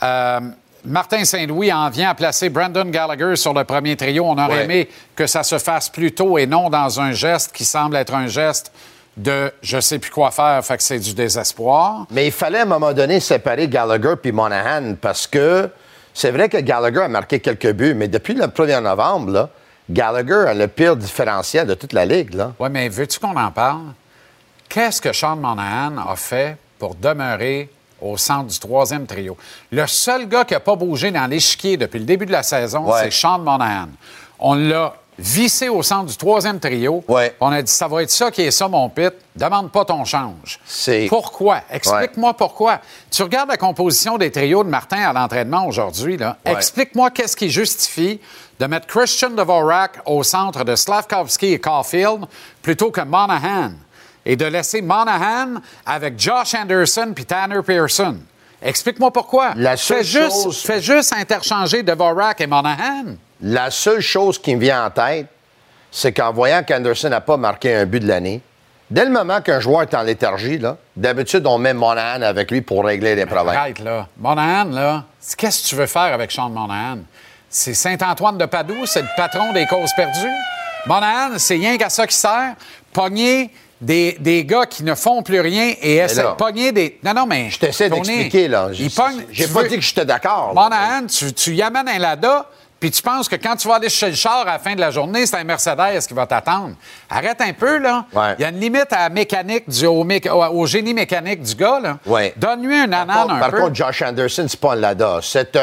Martin Saint-Louis en vient à placer Brendan Gallagher sur le premier trio. On aurait aimé que ça se fasse plus tôt et non dans un geste qui semble être un geste de je sais plus quoi faire, fait que c'est du désespoir. Mais il fallait à un moment donné séparer Gallagher puis Monahan parce que c'est vrai que Gallagher a marqué quelques buts, mais depuis le 1er novembre, là, Gallagher a le pire différentiel de toute la Ligue. Oui, mais veux-tu qu'on en parle? Qu'est-ce que Sean Monahan a fait pour demeurer au centre du troisième trio? Le seul gars qui n'a pas bougé dans l'échiquier depuis le début de la saison, c'est Sean Monahan. On l'a vissé au centre du troisième trio. On a dit, ça va être ça qui est ça, mon pit. Demande pas ton change. Pourquoi? Explique-moi pourquoi. Tu regardes la composition des trios de Martin à l'entraînement aujourd'hui. Explique-moi qu'est-ce qui justifie de mettre Christian Dvorak au centre de Slavkovski et Caulfield plutôt que Monahan et de laisser Monahan avec Josh Anderson puis Tanner Pearson. Explique-moi pourquoi. Fais juste interchanger Dvorak et Monahan. La seule chose qui me vient en tête, c'est qu'en voyant qu'Anderson n'a pas marqué un but de l'année, dès le moment qu'un joueur est en léthargie, d'habitude, on met Monahan avec lui pour régler les problèmes. Arrête, là. Monahan, là, qu'est-ce que tu veux faire avec Sean Monahan? C'est Saint-Antoine de Padoue, c'est le patron des causes perdues. Monahan, c'est rien qu'à ça qui sert. Pogner des gars qui ne font plus rien et essayer de pogner des... Non, mais... Je t'essaie d'expliquer, là. J'ai pas dit que j'étais d'accord. Monahan, tu y amènes un Lada, puis tu penses que quand tu vas aller chez le char à la fin de la journée, c'est un Mercedes qui va t'attendre. Arrête un peu, là. Il y a une limite à la mécanique, au génie mécanique du gars, là. Donne-lui un ananas un peu. Par contre, Josh Anderson, c'est pas un Lada.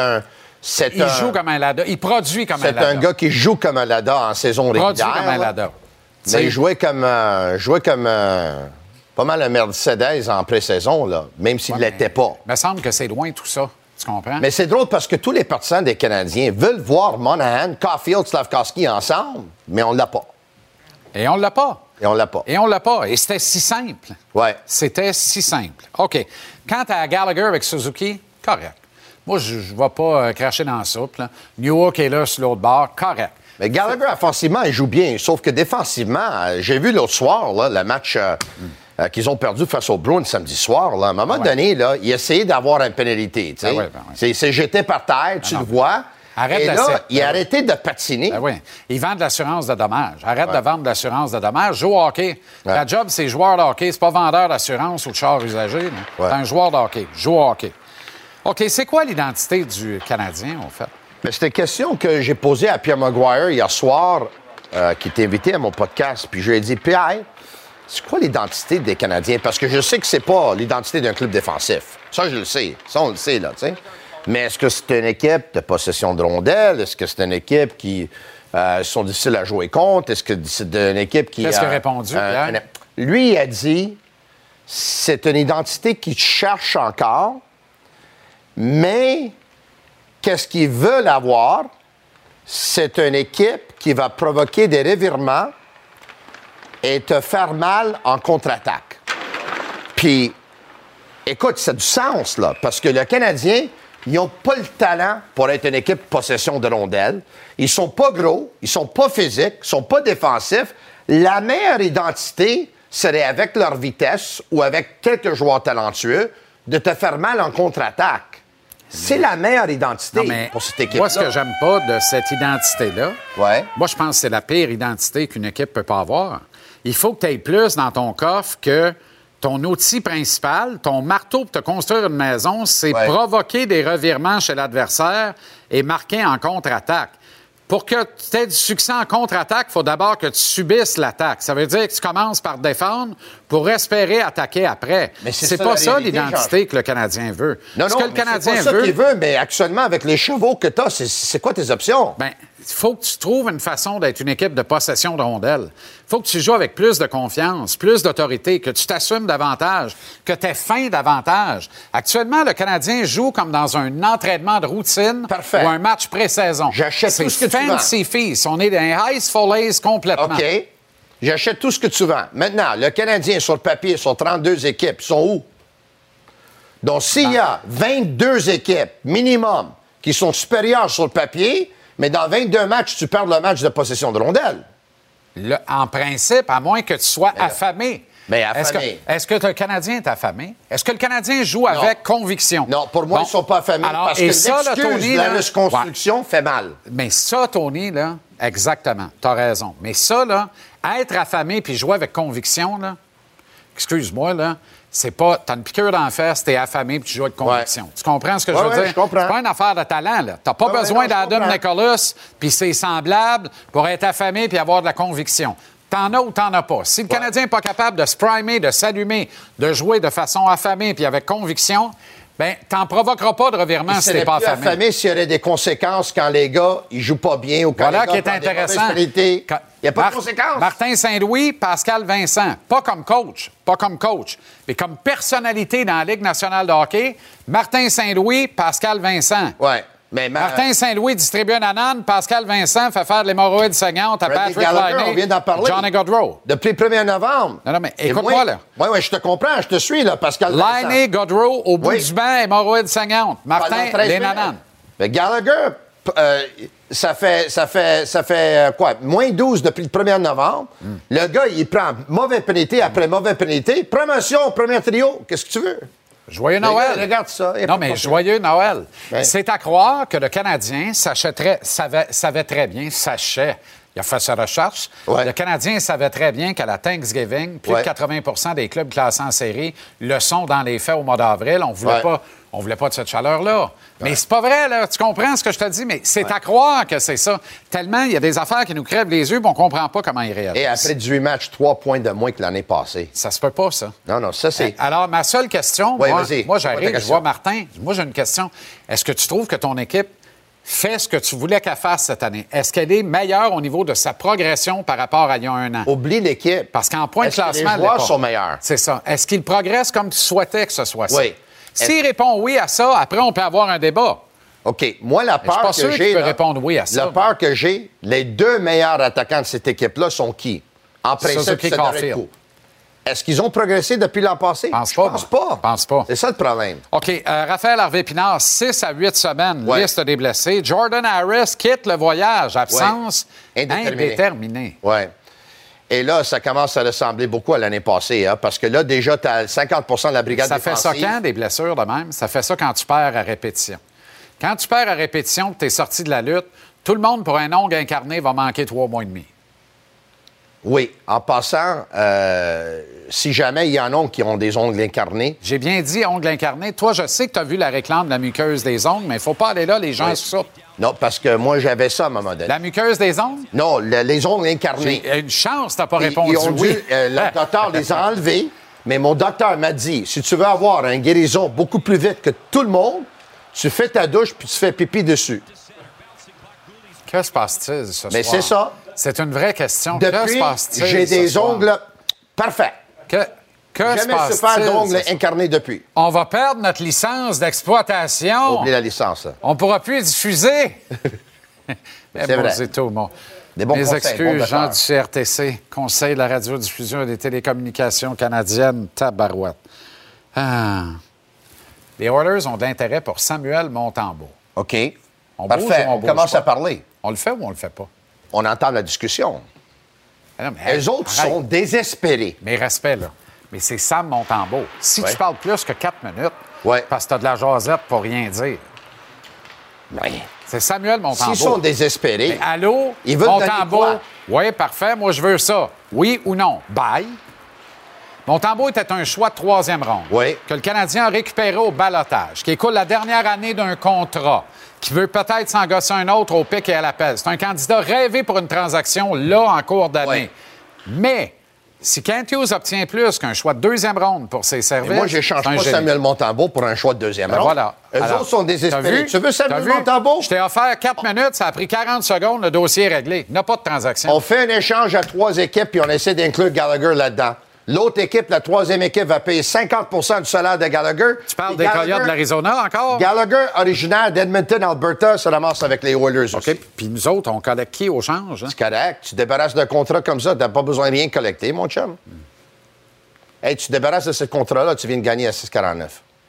Il joue comme un Lada. Il produit comme un Lada. C'est un gars qui joue comme un Lada en saison régulière. Il produit comme un Lada. Mais il jouait comme pas mal un Mercedes en pré-saison, là, même s'il ne l'était pas. Il me semble que c'est loin tout ça. Tu comprends? Mais c'est drôle parce que tous les partisans des Canadiens veulent voir Monahan, Caulfield, Slavkovski ensemble, mais on ne l'a pas. Et on ne l'a pas. Et on l'a pas. Et on l'a pas. Et c'était si simple. C'était si simple. OK. Quant à Gallagher avec Suzuki, correct. Moi, je ne vais pas cracher dans la soupe. Newhook est là sur l'autre bord, correct. Mais Gallagher, offensivement, il joue bien. Sauf que défensivement, j'ai vu l'autre soir, là, le match qu'ils ont perdu face aux Bruins samedi soir. Là. À un moment donné, là, il essayait d'avoir une pénalité. C'est jeté par terre, tu le vois. Et là, il a arrêté de patiner. Il vend de l'assurance de dommages. Arrête de vendre de l'assurance de dommages. Joue au hockey. La job, c'est joueur de hockey. C'est pas vendeur d'assurance ou de char usagé. C'est un joueur de hockey. Joue au hockey. OK, c'est quoi l'identité du Canadien, en fait? Mais c'était une question que j'ai posée à Pierre Maguire hier soir, qui était invité à mon podcast. Puis je lui ai dit, Pierre, c'est quoi l'identité des Canadiens? Parce que je sais que c'est pas l'identité d'un club défensif. Ça, je le sais. Ça, on le sait, là, tu sais. Mais est-ce que c'est une équipe de possession de rondelles? Est-ce que c'est une équipe qui sont difficiles à jouer contre? Est-ce que c'est une équipe qui... Qu'est-ce qu'il a répondu, Pierre? Lui, il a dit, c'est une identité qu'il cherche encore, mais qu'est-ce qu'ils veulent avoir? C'est une équipe qui va provoquer des revirements et te faire mal en contre-attaque. Puis, écoute, ça a du sens, là, parce que le Canadien, ils n'ont pas le talent pour être une équipe possession de rondelles. Ils sont pas gros, ils sont pas physiques, ils sont pas défensifs. La meilleure identité serait avec leur vitesse ou avec quelques joueurs talentueux de te faire mal en contre-attaque. C'est la meilleure identité pour cette équipe-là. Moi, ce que j'aime pas de cette identité-là, moi, je pense que c'est la pire identité qu'une équipe peut pas avoir. Il faut que tu aies plus dans ton coffre que ton outil principal, ton marteau pour te construire une maison, c'est provoquer des revirements chez l'adversaire et marquer en contre-attaque. Pour que tu aies du succès en contre-attaque, il faut d'abord que tu subisses l'attaque. Ça veut dire que tu commences par défendre pour espérer attaquer après. Mais c'est pas ça l'identité que le Canadien veut. Non, ce que le Canadien c'est pas ça qu'il veut, mais actuellement, avec les chevaux que tu as, c'est quoi tes options? Bien, il faut que tu trouves une façon d'être une équipe de possession de rondelles. Il faut que tu joues avec plus de confiance, plus d'autorité, que tu t'assumes davantage, que tu aies faim davantage. Actuellement, le Canadien joue comme dans un entraînement de routine ou un match pré-saison. J'achète tout ce que tu vends. Fancy feast. On est dans un Ice for Lays complètement. OK. J'achète tout ce que tu vends. Maintenant, le Canadien, sur le papier, sur 32 équipes, ils sont où? Donc, s'il y a 22 équipes minimum qui sont supérieures sur le papier, mais dans 22 matchs, tu perds le match de possession de rondelles. En principe, à moins que tu sois affamé. Mais affamé. Est-ce que le Canadien est affamé? Est-ce que le Canadien joue avec conviction? Non, pour moi, ils ne sont pas affamés. Alors, parce que l'excuse de la reconstruction fait mal. Mais ça, Tony, là, exactement, tu as raison. Mais ça, là, être affamé puis jouer avec conviction, là, excuse-moi, là, c'est pas. T'as une piqûre d'en face, t'es affamé puis tu joues avec conviction. Tu comprends ce que je veux dire? Je comprends. C'est pas une affaire de talent, là. T'as pas besoin d'Adam Nicholas puis c'est semblable pour être affamé puis avoir de la conviction. T'en as ou t'en as pas. Si le Canadien n'est pas capable de se primer, de s'allumer, de jouer de façon affamée puis avec conviction, bien, t'en provoqueras pas de revirement si t'es pas affamé. Affamé s'il y aurait des conséquences quand les gars, ils jouent pas bien ou quand voilà les gars qui est intéressant. Il n'y a pas de conséquences. Martin Saint-Louis, Pascal Vincent. Pas comme coach, mais comme personnalité dans la Ligue nationale de hockey. Martin Saint-Louis, Pascal Vincent. Oui. Martin Saint-Louis distribue un anane, Pascal Vincent fait faire de l'hémorroïde saignante à Patrick Laine, on vient d'en parler. Johnny Gaudreau. Depuis le 1er novembre. Non, mais écoute-moi, là. Oui, je te comprends, je te suis, là, Pascal Vincent. Laine, Gaudreau, au bout du banc, hémorroïde saignante. Martin, les nananes. Mais Gallagher, ça fait quoi? Moins 12 depuis le 1er novembre. Le gars, il prend mauvais pénalité après mauvais pénalité. Promotion, premier trio. Qu'est-ce que tu veux? Joyeux Noël. Regarde ça. Non, mais joyeux Noël. Ouais. C'est à croire que le Canadien savait très bien, il a fait sa recherche. Ouais. Le Canadien savait très bien qu'à la Thanksgiving, plus de 80 des clubs classés en série le sont dans les faits au mois d'avril. On voulait pas de cette chaleur-là. Mais c'est pas vrai, là. Tu comprends ce que je te dis? Mais c'est à croire que c'est ça. Tellement, il y a des affaires qui nous crèvent les yeux, mais on comprend pas comment ils réagissent. Et après 18 matchs, 3 points de moins que l'année passée. Ça se peut pas, ça. Non, ça, c'est... Alors, ma seule question, moi j'arrive, je vois Martin. Moi, j'ai une question. Est-ce que tu trouves que ton équipe fait ce que tu voulais qu'elle fasse cette année? Est-ce qu'elle est meilleure au niveau de sa progression par rapport à il y a un an? Oublie l'équipe. Parce qu'en point de classement, les joueurs sont meilleurs. C'est ça. Est-ce qu'il progresse comme tu souhaitais que ce soit ça? Oui. S'il répond oui à ça, après, on peut avoir un débat. OK. Moi, la peur que j'ai... répondre oui à ça. La peur que j'ai, les deux meilleurs attaquants de cette équipe-là sont qui? En principe, c'est Caulfield. Est-ce qu'ils ont progressé depuis l'an passé? Je pense pas. C'est ça le problème. OK. Raphaël Harvey-Pinard, 6 à 8 semaines, liste des blessés. Jordan Harris quitte le voyage, absence indéterminée. Oui. Et là, ça commence à ressembler beaucoup à l'année passée, hein, parce que là, déjà, tu as 50 de la brigade défensive. Ça fait ça quand, des blessures de même? Ça fait ça quand tu perds à répétition. Quand tu perds à répétition, tu es sorti de la lutte, tout le monde, pour un ongle incarné, va manquer 3 mois et demi. Oui. En passant, si jamais il y en a qui ont des ongles incarnés... J'ai bien dit ongles incarnés. Toi, je sais que tu as vu la réclame de la muqueuse des ongles, mais il ne faut pas aller là, les gens sautent. Non, parce que moi, j'avais ça à un moment donné. La muqueuse des ongles? Non, les ongles incarnés. J'ai une chance, tu n'as pas répondu oui. Le docteur les a enlevés, mais mon docteur m'a dit, si tu veux avoir une guérison beaucoup plus vite que tout le monde, tu fais ta douche puis tu fais pipi dessus. Que se passe-t-il ce soir? Mais c'est ça. C'est une vraie question. Depuis, que se passe-t-il j'ai des ongles parfaits. Que se jamais se faire d'ongles incarnés depuis. On va perdre notre licence d'exploitation. Oublie la licence. On ne pourra plus diffuser. C'est vrai. C'est tout, mon. Des bons Mes conseils, excuses, Jean du CRTC, Conseil de la radiodiffusion et des télécommunications canadiennes, tabarouette. Les Oilers ont de l'intérêt pour Samuel Montembeault. OK. On Parfait. bouge ou on on bouge commence pas? à parler. On le fait ou on le fait pas? On entend la discussion. Ah non, mais Les autres arrête. sont désespérés. Mais respect, là. Mais c'est Sam Montembeault. Si Ouais. tu parles plus que 4 minutes, Ouais. parce que tu as de la jasette pour rien dire. Ouais. C'est Samuel Montembeault. S'ils sont désespérés, Mais allô? ils veulent donner Montembeault. quoi? Oui, parfait. Moi, je veux ça. Oui ou non? Bye. Montembeault était un choix de 3e ronde. Oui. Que le Canadien a récupéré au ballottage, qui écoule la dernière année d'un contrat, qui veut peut-être s'engosser un autre au pic et à l'appel. C'est un candidat rêvé pour une transaction là en cours d'année. Oui. Mais si Kent Hughes obtient plus qu'un choix de 2e ronde pour ses services, moi, je n'échange c'est un pas génie. Samuel Montembeault pour un choix de 2e Ben ronde. voilà. Eux Alors, autres sont désespérés. Tu veux T'as Samuel vu? Montembeault? Je t'ai offert 4 minutes, ça a pris 40 secondes, le dossier est réglé. Il n'y a pas de transaction. On fait un échange à 3 équipes puis on essaie d'inclure Gallagher là-dedans. L'autre équipe, la 3e équipe, va payer 50 du salaire de Gallagher. Tu parles Puis des Coyotes de l'Arizona encore? Gallagher, originaire d'Edmonton, Alberta, se ramasse avec les Oilers aussi. OK. Puis nous autres, on collecte qui au change? Hein? C'est correct. Tu te débarrasses d'un contrat comme ça, tu n'as pas besoin de rien collecter, mon chum. Hey, tu te débarrasses de ce contrat-là, tu viens de gagner à 6,49.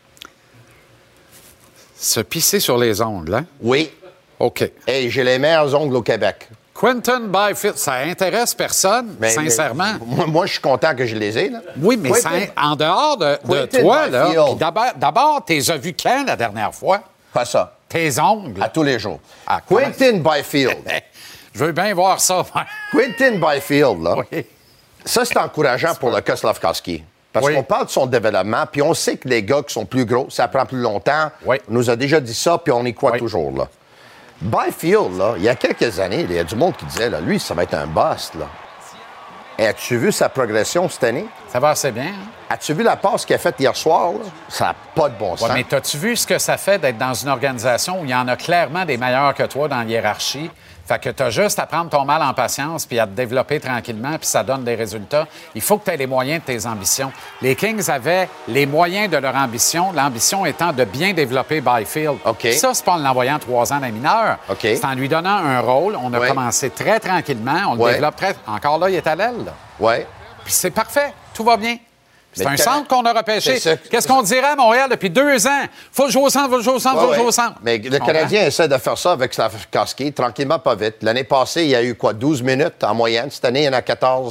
Se pisser sur les ongles, hein? Oui. OK. Hey, j'ai les meilleurs ongles au Québec. Quentin Byfield, ça intéresse personne, sincèrement. Moi, je suis content que je les ai, là. Oui, mais en dehors de Quentin toi, là, Byfield. puis d'abord, t'es as vu quand la dernière fois? Pas ça. Tes ongles. À tous les jours. Ah, Quentin Byfield. Je veux bien voir ça. Quentin Byfield, là. Oui. Ça, c'est encourageant pour le cas Slavkovski. Parce Oui. qu'on parle de son développement, puis on sait que les gars qui sont plus gros, ça prend plus longtemps. Oui. On nous a déjà dit ça, puis on y croit Oui. toujours, là. Byfield, là, il y a quelques années, il y a du monde qui disait, là, lui, ça va être un bust, là. Et as-tu vu sa progression cette année? Ça va assez bien. Hein? As-tu vu la passe qu'il a faite hier soir, là? Ça n'a pas de bon sens. Ouais, mais t'as-tu vu ce que ça fait d'être dans une organisation où il y en a clairement des meilleurs que toi dans la hiérarchie? Fait que t'as juste à prendre ton mal en patience puis à te développer tranquillement, puis ça donne des résultats. Il faut que tu aies les moyens de tes ambitions. Les Kings avaient les moyens de leur ambition, l'ambition étant de bien développer Byfield. OK. Ça, c'est pas en l'envoyant 3 ans d'un mineur. OK. C'est en lui donnant un rôle. On a Ouais. commencé très tranquillement. On le Ouais. développe très... Encore là, il est à l'aile, là. Ouais. Puis c'est parfait. Tout va bien. C'est Mais un le centre qu'on a repêché. C'est ça. Qu'est-ce qu'on dirait à Montréal depuis 2 ans? Faut jouer au centre, faut jouer au centre, Ouais, faut ouais. jouer au centre. Mais le Canadien essaie de faire ça avec Slavkovski, tranquillement, pas vite. L'année passée, il y a eu quoi, 12 minutes en moyenne. Cette année, il y en a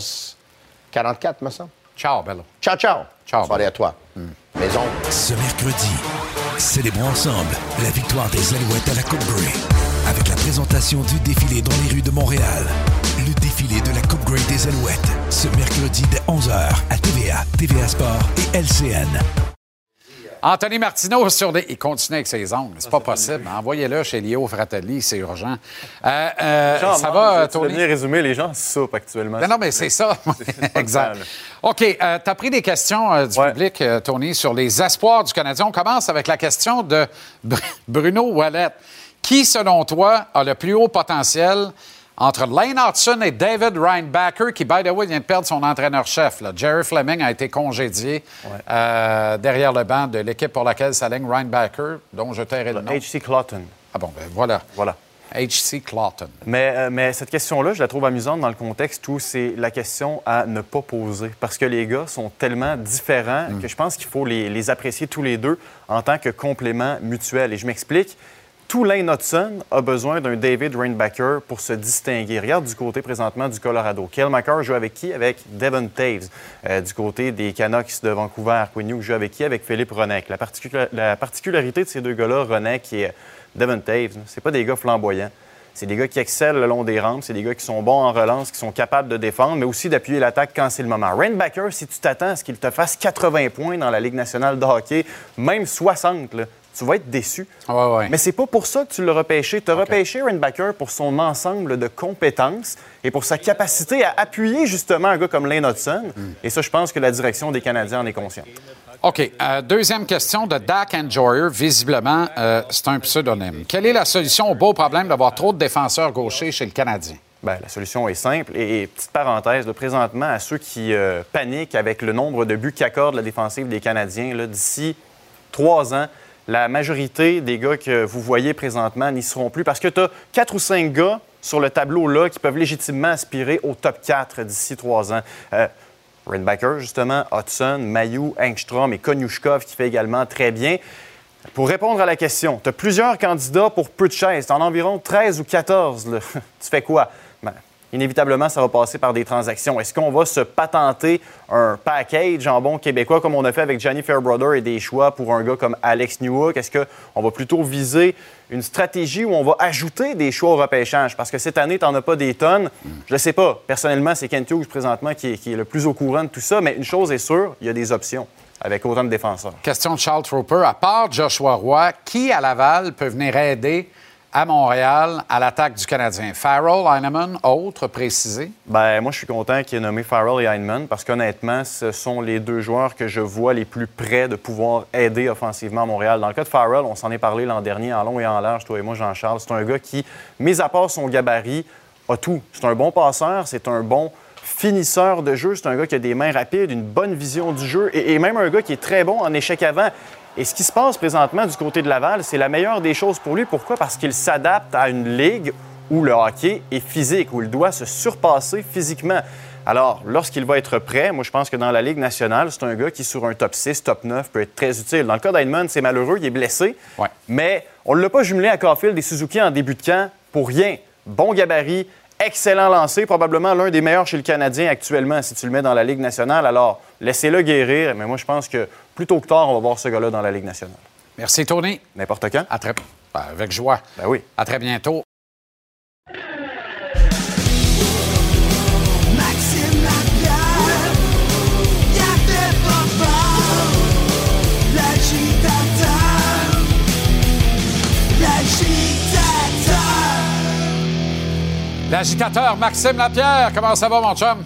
44, me semble. Ciao, Bello. Ciao, ciao. Ciao, Soirée à toi. Maison. Ce mercredi, célébrons ensemble la victoire des Alouettes à la Coupe Grey avec la présentation du défilé dans les rues de Montréal. Le défilé de la Coupe Grey des Alouettes, ce mercredi dès 11h à TVA, TVA Sport et LCN. Anthony Martineau sur des... Il continue avec ses ongles. C'est pas possible. Envoyez-le chez Léo Fratelli, c'est urgent. Ça va, Tu veux Tony? bien résumer, les gens soupent actuellement. Non, mais c'est ça. Exact. OK. Tu as pris des questions du public, Tony, sur les espoirs du Canadien. On commence avec la question de Bruno Ouellet. Qui, selon toi, a le plus haut potentiel entre Lane Hudson et David Reinbacher, qui, by the way, vient de perdre son entraîneur-chef. Là. Jerry Fleming a été congédié derrière le banc de l'équipe pour laquelle s'aligne Reinbacher, dont je tairai le nom. H.C. Claughton. Ah bon, ben voilà. Voilà. H.C. Claughton. Mais cette question-là, je la trouve amusante dans le contexte où c'est la question à ne pas poser. Parce que les gars sont tellement différents que je pense qu'il faut les apprécier tous les deux en tant que complément mutuel. Et je m'explique. Tout Lane Hudson a besoin d'un David Reinbacher pour se distinguer. Regarde du côté présentement du Colorado. Cale Makar joue avec qui? Avec Devon Taves. Du côté des Canucks de Vancouver, Quinn Hughes joue avec qui? Avec Philippe Hronek. La particularité de ces deux gars-là, Hronek et Devon Taves, c'est pas des gars flamboyants. C'est des gars qui excellent le long des rampes. C'est des gars qui sont bons en relance, qui sont capables de défendre, mais aussi d'appuyer l'attaque quand c'est le moment. Reinbacher, si tu t'attends à ce qu'il te fasse 80 points dans la Ligue nationale de hockey, même 60, là, tu vas être déçu. Ouais. Mais c'est pas pour ça que tu l'as repêché. Tu as repêché Reinbacher pour son ensemble de compétences et pour sa capacité à appuyer justement un gars comme Lane Hudson. Et ça, je pense que la direction des Canadiens en est consciente. OK. Deuxième question de Dak Enjoyer. Visiblement, c'est un pseudonyme. Quelle est la solution au beau problème d'avoir trop de défenseurs gauchers chez le Canadien? Bien, la solution est simple. Et petite parenthèse, là, présentement, à ceux qui paniquent avec le nombre de buts qu'accorde la défensive des Canadiens, là, d'ici 3 ans, la majorité des gars que vous voyez présentement n'y seront plus parce que tu as 4 ou 5 gars sur le tableau là qui peuvent légitimement aspirer au top 4 d'ici 3 ans. Reinbacher, justement, Hudson, Mailloux, Engstrom et Konyushkov qui fait également très bien. Pour répondre à la question, tu as plusieurs candidats pour peu de chaises. Tu en as environ 13 ou 14. Là. Tu fais quoi? Ben, inévitablement, ça va passer par des transactions. Est-ce qu'on va se patenter un package en bon québécois comme on a fait avec Gianni Fairbrother et des choix pour un gars comme Alex Newhook? Est-ce qu'on va plutôt viser une stratégie où on va ajouter des choix au repêchage? Parce que cette année, tu n'en as pas des tonnes. Je ne sais pas. Personnellement, c'est Kent Hughes présentement qui est le plus au courant de tout ça. Mais une chose est sûre, il y a des options avec autant de défenseurs. Question de Charles Trooper. À part Joshua Roy, qui à Laval peut venir aider à Montréal à l'attaque du Canadien? Farrell, Heinemann, autres précisés? Bien, moi, je suis content qu'il ait nommé Farrell et Heinemann parce qu'honnêtement, ce sont les deux joueurs que je vois les plus près de pouvoir aider offensivement à Montréal. Dans le cas de Farrell, on s'en est parlé l'an dernier en long et en large, toi et moi, Jean-Charles. C'est un gars qui, mis à part son gabarit, a tout. C'est un bon passeur, c'est un bon finisseur de jeu, c'est un gars qui a des mains rapides, une bonne vision du jeu et même un gars qui est très bon en échec avant. Et ce qui se passe présentement du côté de Laval, c'est la meilleure des choses pour lui. Pourquoi? Parce qu'il s'adapte à une ligue où le hockey est physique, où il doit se surpasser physiquement. Alors, lorsqu'il va être prêt, moi, je pense que dans la Ligue nationale, c'est un gars qui, sur un top 6, top 9, peut être très utile. Dans le cas d'Heinemann, c'est malheureux, il est blessé, mais on ne l'a pas jumelé à Caulfield et Suzuki en début de camp pour rien. Bon gabarit, excellent lancé, probablement l'un des meilleurs chez le Canadien actuellement, si tu le mets dans la Ligue nationale. Alors, laissez-le guérir, mais moi, je pense que plus tôt que tard, on va voir ce gars-là dans la Ligue nationale. Merci, Tony. N'importe quand. À très... avec joie. Ben oui. À très bientôt. L'agitateur Maxime Lapierre, comment ça va, mon chum?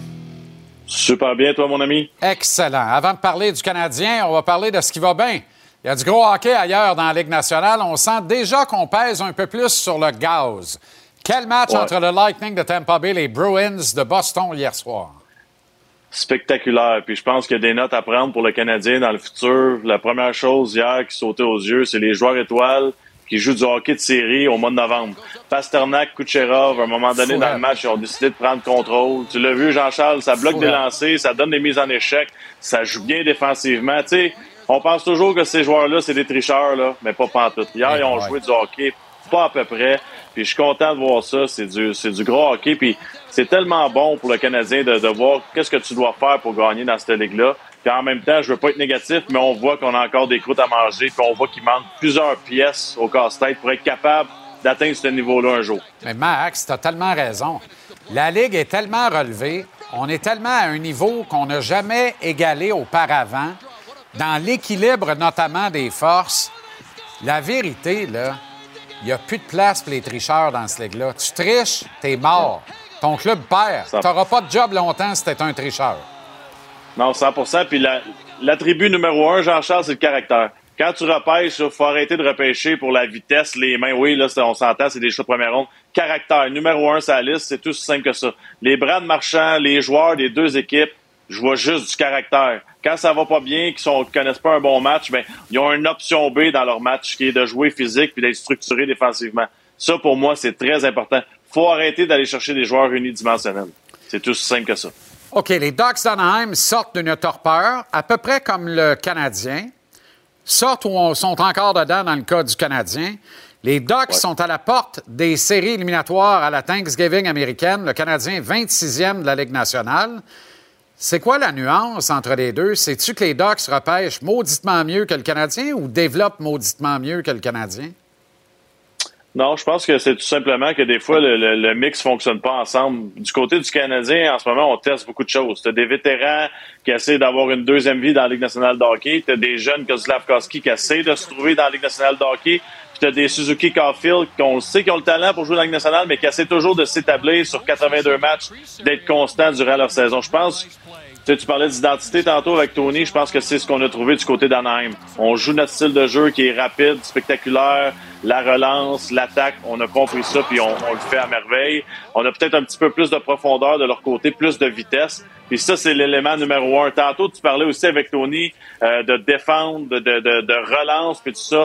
Super bien, toi, mon ami. Excellent. Avant de parler du Canadien, on va parler de ce qui va bien. Il y a du gros hockey ailleurs dans la Ligue nationale. On sent déjà qu'on pèse un peu plus sur le gaz. Quel match entre le Lightning de Tampa Bay et les Bruins de Boston hier soir? Spectaculaire. Puis je pense qu'il y a des notes à prendre pour le Canadien dans le futur. La première chose hier qui sautait aux yeux, c'est les joueurs étoiles qui jouent du hockey de série au mois de novembre. Pasternak, Kucherov, à un moment donné dans le match, ils ont décidé de prendre contrôle. Tu l'as vu, Jean-Charles, ça bloque des lancers, ça donne des mises en échec, ça joue bien défensivement. Tu sais, on pense toujours que ces joueurs-là, c'est des tricheurs, là, mais pas pantoute. Hier, ils ont joué du hockey, pas à peu près. Puis je suis content de voir ça. C'est du gros hockey. Puis c'est tellement bon pour le Canadien de voir qu'est-ce que tu dois faire pour gagner dans cette ligue-là. Puis en même temps, je veux pas être négatif, mais on voit qu'on a encore des croûtes à manger, puis on voit qu'il manque plusieurs pièces au casse-tête pour être capable d'atteindre ce niveau-là un jour. Mais Max, tu as tellement raison. La Ligue est tellement relevée, on est tellement à un niveau qu'on n'a jamais égalé auparavant, dans l'équilibre notamment des forces. La vérité, là, il n'y a plus de place pour les tricheurs dans cette ligue-là. Tu triches, t'es mort. Ton club perd. Tu n'auras pas de job longtemps si t'es un tricheur. Non, 100%. Puis l'attribut numéro 1, Jean-Charles, c'est le caractère. Quand tu repêches, il faut arrêter de repêcher pour la vitesse, les mains. Oui, là, on s'entend, c'est des choix de première ronde. Caractère, numéro 1 sur la liste, c'est tout aussi simple que ça. Les Brad Marchand, les joueurs des deux équipes, je vois juste du caractère. Quand ça va pas bien, qu'ils connaissent pas un bon match, ben ils ont une option B dans leur match qui est de jouer physique puis d'être structuré défensivement. Ça, pour moi, c'est très important. Faut arrêter d'aller chercher des joueurs unidimensionnels. C'est tout aussi simple que ça. OK, les Ducks d'Anaheim sortent d'une torpeur, à peu près comme le Canadien. Sortent où sont encore dedans dans le cas du Canadien. Les Ducks sont à la porte des séries éliminatoires à la Thanksgiving américaine. Le Canadien, 26e de la Ligue nationale. C'est quoi la nuance entre les deux? Sais-tu que les Ducks repêchent mauditement mieux que le Canadien ou développent mauditement mieux que le Canadien? Non, je pense que c'est tout simplement que des fois, le mix fonctionne pas ensemble. Du côté du Canadien, en ce moment, on teste beaucoup de choses. Tu as des vétérans qui essaient d'avoir une deuxième vie dans la Ligue nationale de hockey. Tu as des jeunes comme Slavkovski qui essaient de se trouver dans la Ligue nationale de hockey. Puis tu as des Suzuki Caulfield qu'on sait qu'ils ont le talent pour jouer dans la Ligue nationale, mais qui essaient toujours de s'établir sur 82 matchs, d'être constants durant leur saison. Je pense... Tu parlais d'identité tantôt avec Tony. Je pense que c'est ce qu'on a trouvé du côté d'Anaheim. On joue notre style de jeu qui est rapide, spectaculaire, la relance, l'attaque. On a compris ça, puis on le fait à merveille. On a peut-être un petit peu plus de profondeur de leur côté, plus de vitesse. Puis ça, c'est l'élément numéro 1. Tantôt, tu parlais aussi avec Tony de défendre, de relance, puis tout ça.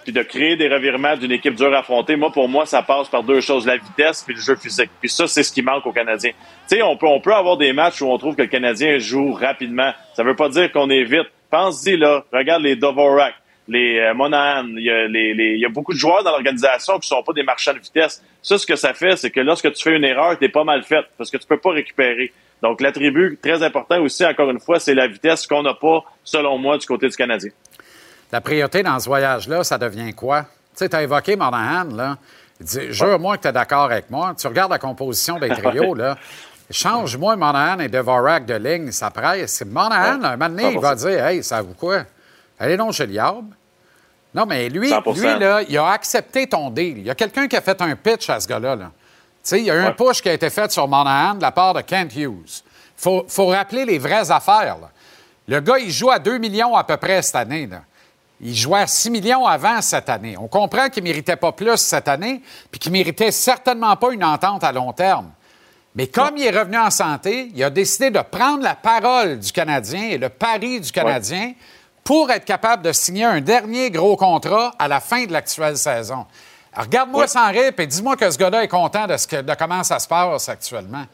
puis de créer des revirements d'une équipe dure à affronter, pour moi, ça passe par deux choses, la vitesse puis le jeu physique. Puis ça, c'est ce qui manque aux Canadiens. Tu sais, on peut avoir des matchs où on trouve que le Canadien joue rapidement. Ça veut pas dire qu'on est vite. Pense-y, là, regarde les Dvorak, les Monahan, il y a beaucoup de joueurs dans l'organisation qui sont pas des marchands de vitesse. Ça, ce que ça fait, c'est que lorsque tu fais une erreur, t'es pas mal faite parce que tu peux pas récupérer. Donc, l'attribut très important aussi, encore une fois, c'est la vitesse qu'on n'a pas, selon moi, du côté du Canadien. La priorité dans ce voyage-là, ça devient quoi? Tu sais, tu as évoqué Monahan, là. Il dit, jure-moi que tu es d'accord avec moi. Tu regardes la composition des trios, là. Change-moi Monahan et Dvorak de ligne, ça presse. C'est Monahan, un moment donné, il va dire, hey, ça vous quoi? Allez donc chez Liab. Non, mais lui, là, il a accepté ton deal. Il y a quelqu'un qui a fait un pitch à ce gars-là, là. Tu sais, il y a eu un push qui a été fait sur Monahan de la part de Kent Hughes. Faut rappeler les vraies affaires, là. Le gars, il joue à 2 millions à peu près cette année, là. Il jouait à 6 millions avant cette année. On comprend qu'il ne méritait pas plus cette année, puis qu'il ne méritait certainement pas une entente à long terme. Mais comme il est revenu en santé, il a décidé de prendre la parole du Canadien et le pari du Canadien pour être capable de signer un dernier gros contrat à la fin de l'actuelle saison. Alors, regarde-moi sans rire et dis-moi que ce gars-là est content de comment ça se passe actuellement.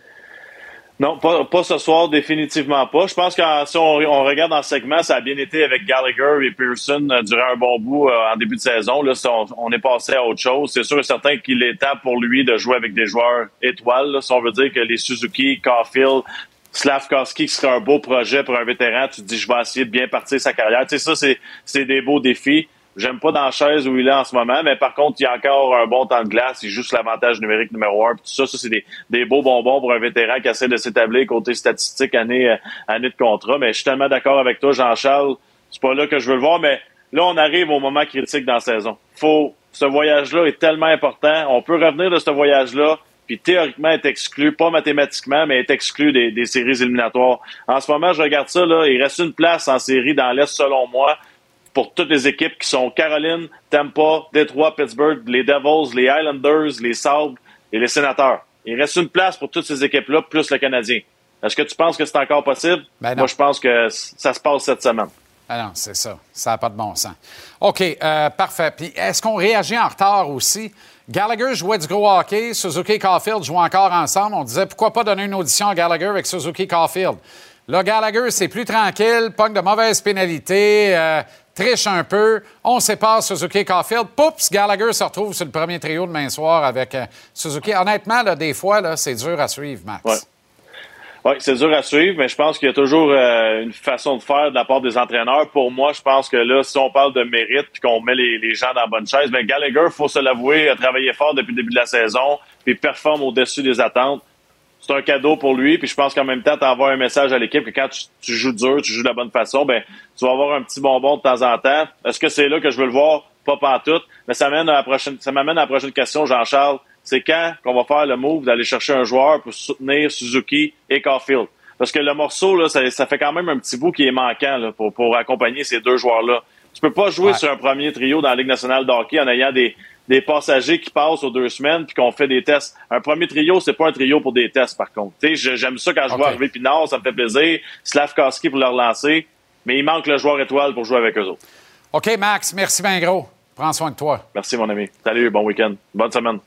Non, pas ce soir, définitivement pas. Je pense que si on regarde dans le segment, ça a bien été avec Gallagher et Pearson durant un bon bout en début de saison. Là, on est passé à autre chose. C'est sûr et certain qu'il est temps pour lui de jouer avec des joueurs étoiles. Là, si on veut dire que les Suzuki, Caulfield, Slafkovsky, qui serait un beau projet pour un vétéran, tu te dis, je vais essayer de bien partir sa carrière. Tu sais, ça, c'est des beaux défis. J'aime pas dans la chaise où il est en ce moment, mais par contre, il y a encore un bon temps de glace. Il joue sur l'avantage numérique numéro 1. Puis tout ça, c'est des beaux bonbons pour un vétéran qui essaie de s'établir côté statistique année de contrat. Mais je suis tellement d'accord avec toi, Jean-Charles. C'est pas là que je veux le voir, mais là, on arrive au moment critique dans la saison. Ce voyage-là est tellement important. On peut revenir de ce voyage-là, puis théoriquement être exclu, pas mathématiquement, mais être exclu des séries éliminatoires. En ce moment, je regarde ça, là, il reste une place en série dans l'Est, selon moi, pour toutes les équipes qui sont Caroline, Tampa, Détroit, Pittsburgh, les Devils, les Islanders, les Sabres et les Sénateurs. Il reste une place pour toutes ces équipes-là, plus le Canadien. Est-ce que tu penses que c'est encore possible? Moi, je pense que ça se passe cette semaine. Ah non, c'est ça. Ça n'a pas de bon sens. OK, parfait. Puis est-ce qu'on réagit en retard aussi? Gallagher jouait du gros hockey, Suzuki et Caulfield jouent encore ensemble. On disait, pourquoi pas donner une audition à Gallagher avec Suzuki et Caulfield? Là, Gallagher, c'est plus tranquille, pogne de mauvaises pénalités, triche un peu, on sépare Suzuki et Caulfield. Poups, Gallagher se retrouve sur le premier trio demain soir avec Suzuki. Honnêtement, là, des fois, là, c'est dur à suivre, Max. Oui, c'est dur à suivre, mais je pense qu'il y a toujours une façon de faire de la part des entraîneurs. Pour moi, je pense que là, si on parle de mérite puis qu'on met les gens dans la bonne chaise, bien, Gallagher, il faut se l'avouer, a travaillé fort depuis le début de la saison puis performe au-dessus des attentes. C'est un cadeau pour lui, puis je pense qu'en même temps, tu envoies un message à l'équipe que quand tu joues dur, tu joues de la bonne façon, ben tu vas avoir un petit bonbon de temps en temps. Est-ce que c'est là que je veux le voir? Pas pantoute. Mais ça m'amène à la prochaine question, Jean-Charles. C'est quand qu'on va faire le move d'aller chercher un joueur pour soutenir Suzuki et Caulfield? Parce que le morceau, là, ça fait quand même un petit bout qui est manquant là, pour accompagner ces deux joueurs-là. Tu peux pas jouer sur un premier trio dans la Ligue nationale de hockey en ayant des passagers qui passent aux 2 semaines puis qu'on fait des tests. Un premier trio, c'est pas un trio pour des tests, par contre. Tu sais, j'aime ça quand je vois arriver Pinard, ça me fait plaisir. Slafkovsky pour le relancer, mais il manque le joueur étoile pour jouer avec eux autres. OK, Max, merci bien gros. Prends soin de toi. Merci, mon ami. Salut, bon week-end. Bonne semaine.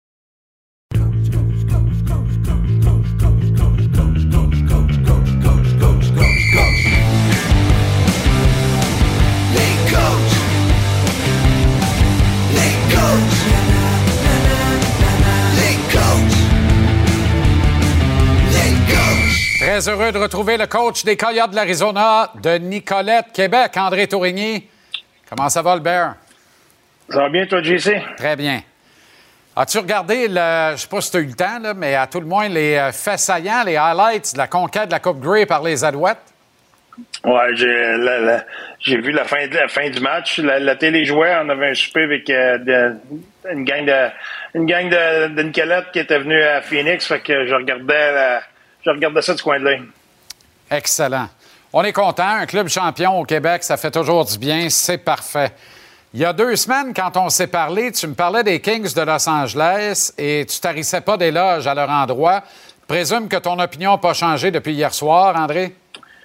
Très heureux de retrouver le coach des Coyotes de l'Arizona, de Nicolette, Québec, André Tourigny. Comment ça va, le Bear? Ça va bien, toi, JC? Très bien. As-tu regardé, je ne sais pas si tu as eu le temps, là, mais à tout le moins, les faits saillants, les highlights de la conquête de la Coupe Grey par les Alouettes? Oui, j'ai vu la fin du match. La télé jouait, on avait un souper avec une gang de Nicolette qui était venue à Phoenix, fait que je regardais ça du coin de l'œil. Excellent. On est content. Un club champion au Québec, ça fait toujours du bien. C'est parfait. Il y a 2 semaines, quand on s'est parlé, tu me parlais des Kings de Los Angeles et tu tarissais pas d'éloges à leur endroit. Présume que ton opinion n'a pas changé depuis hier soir, André?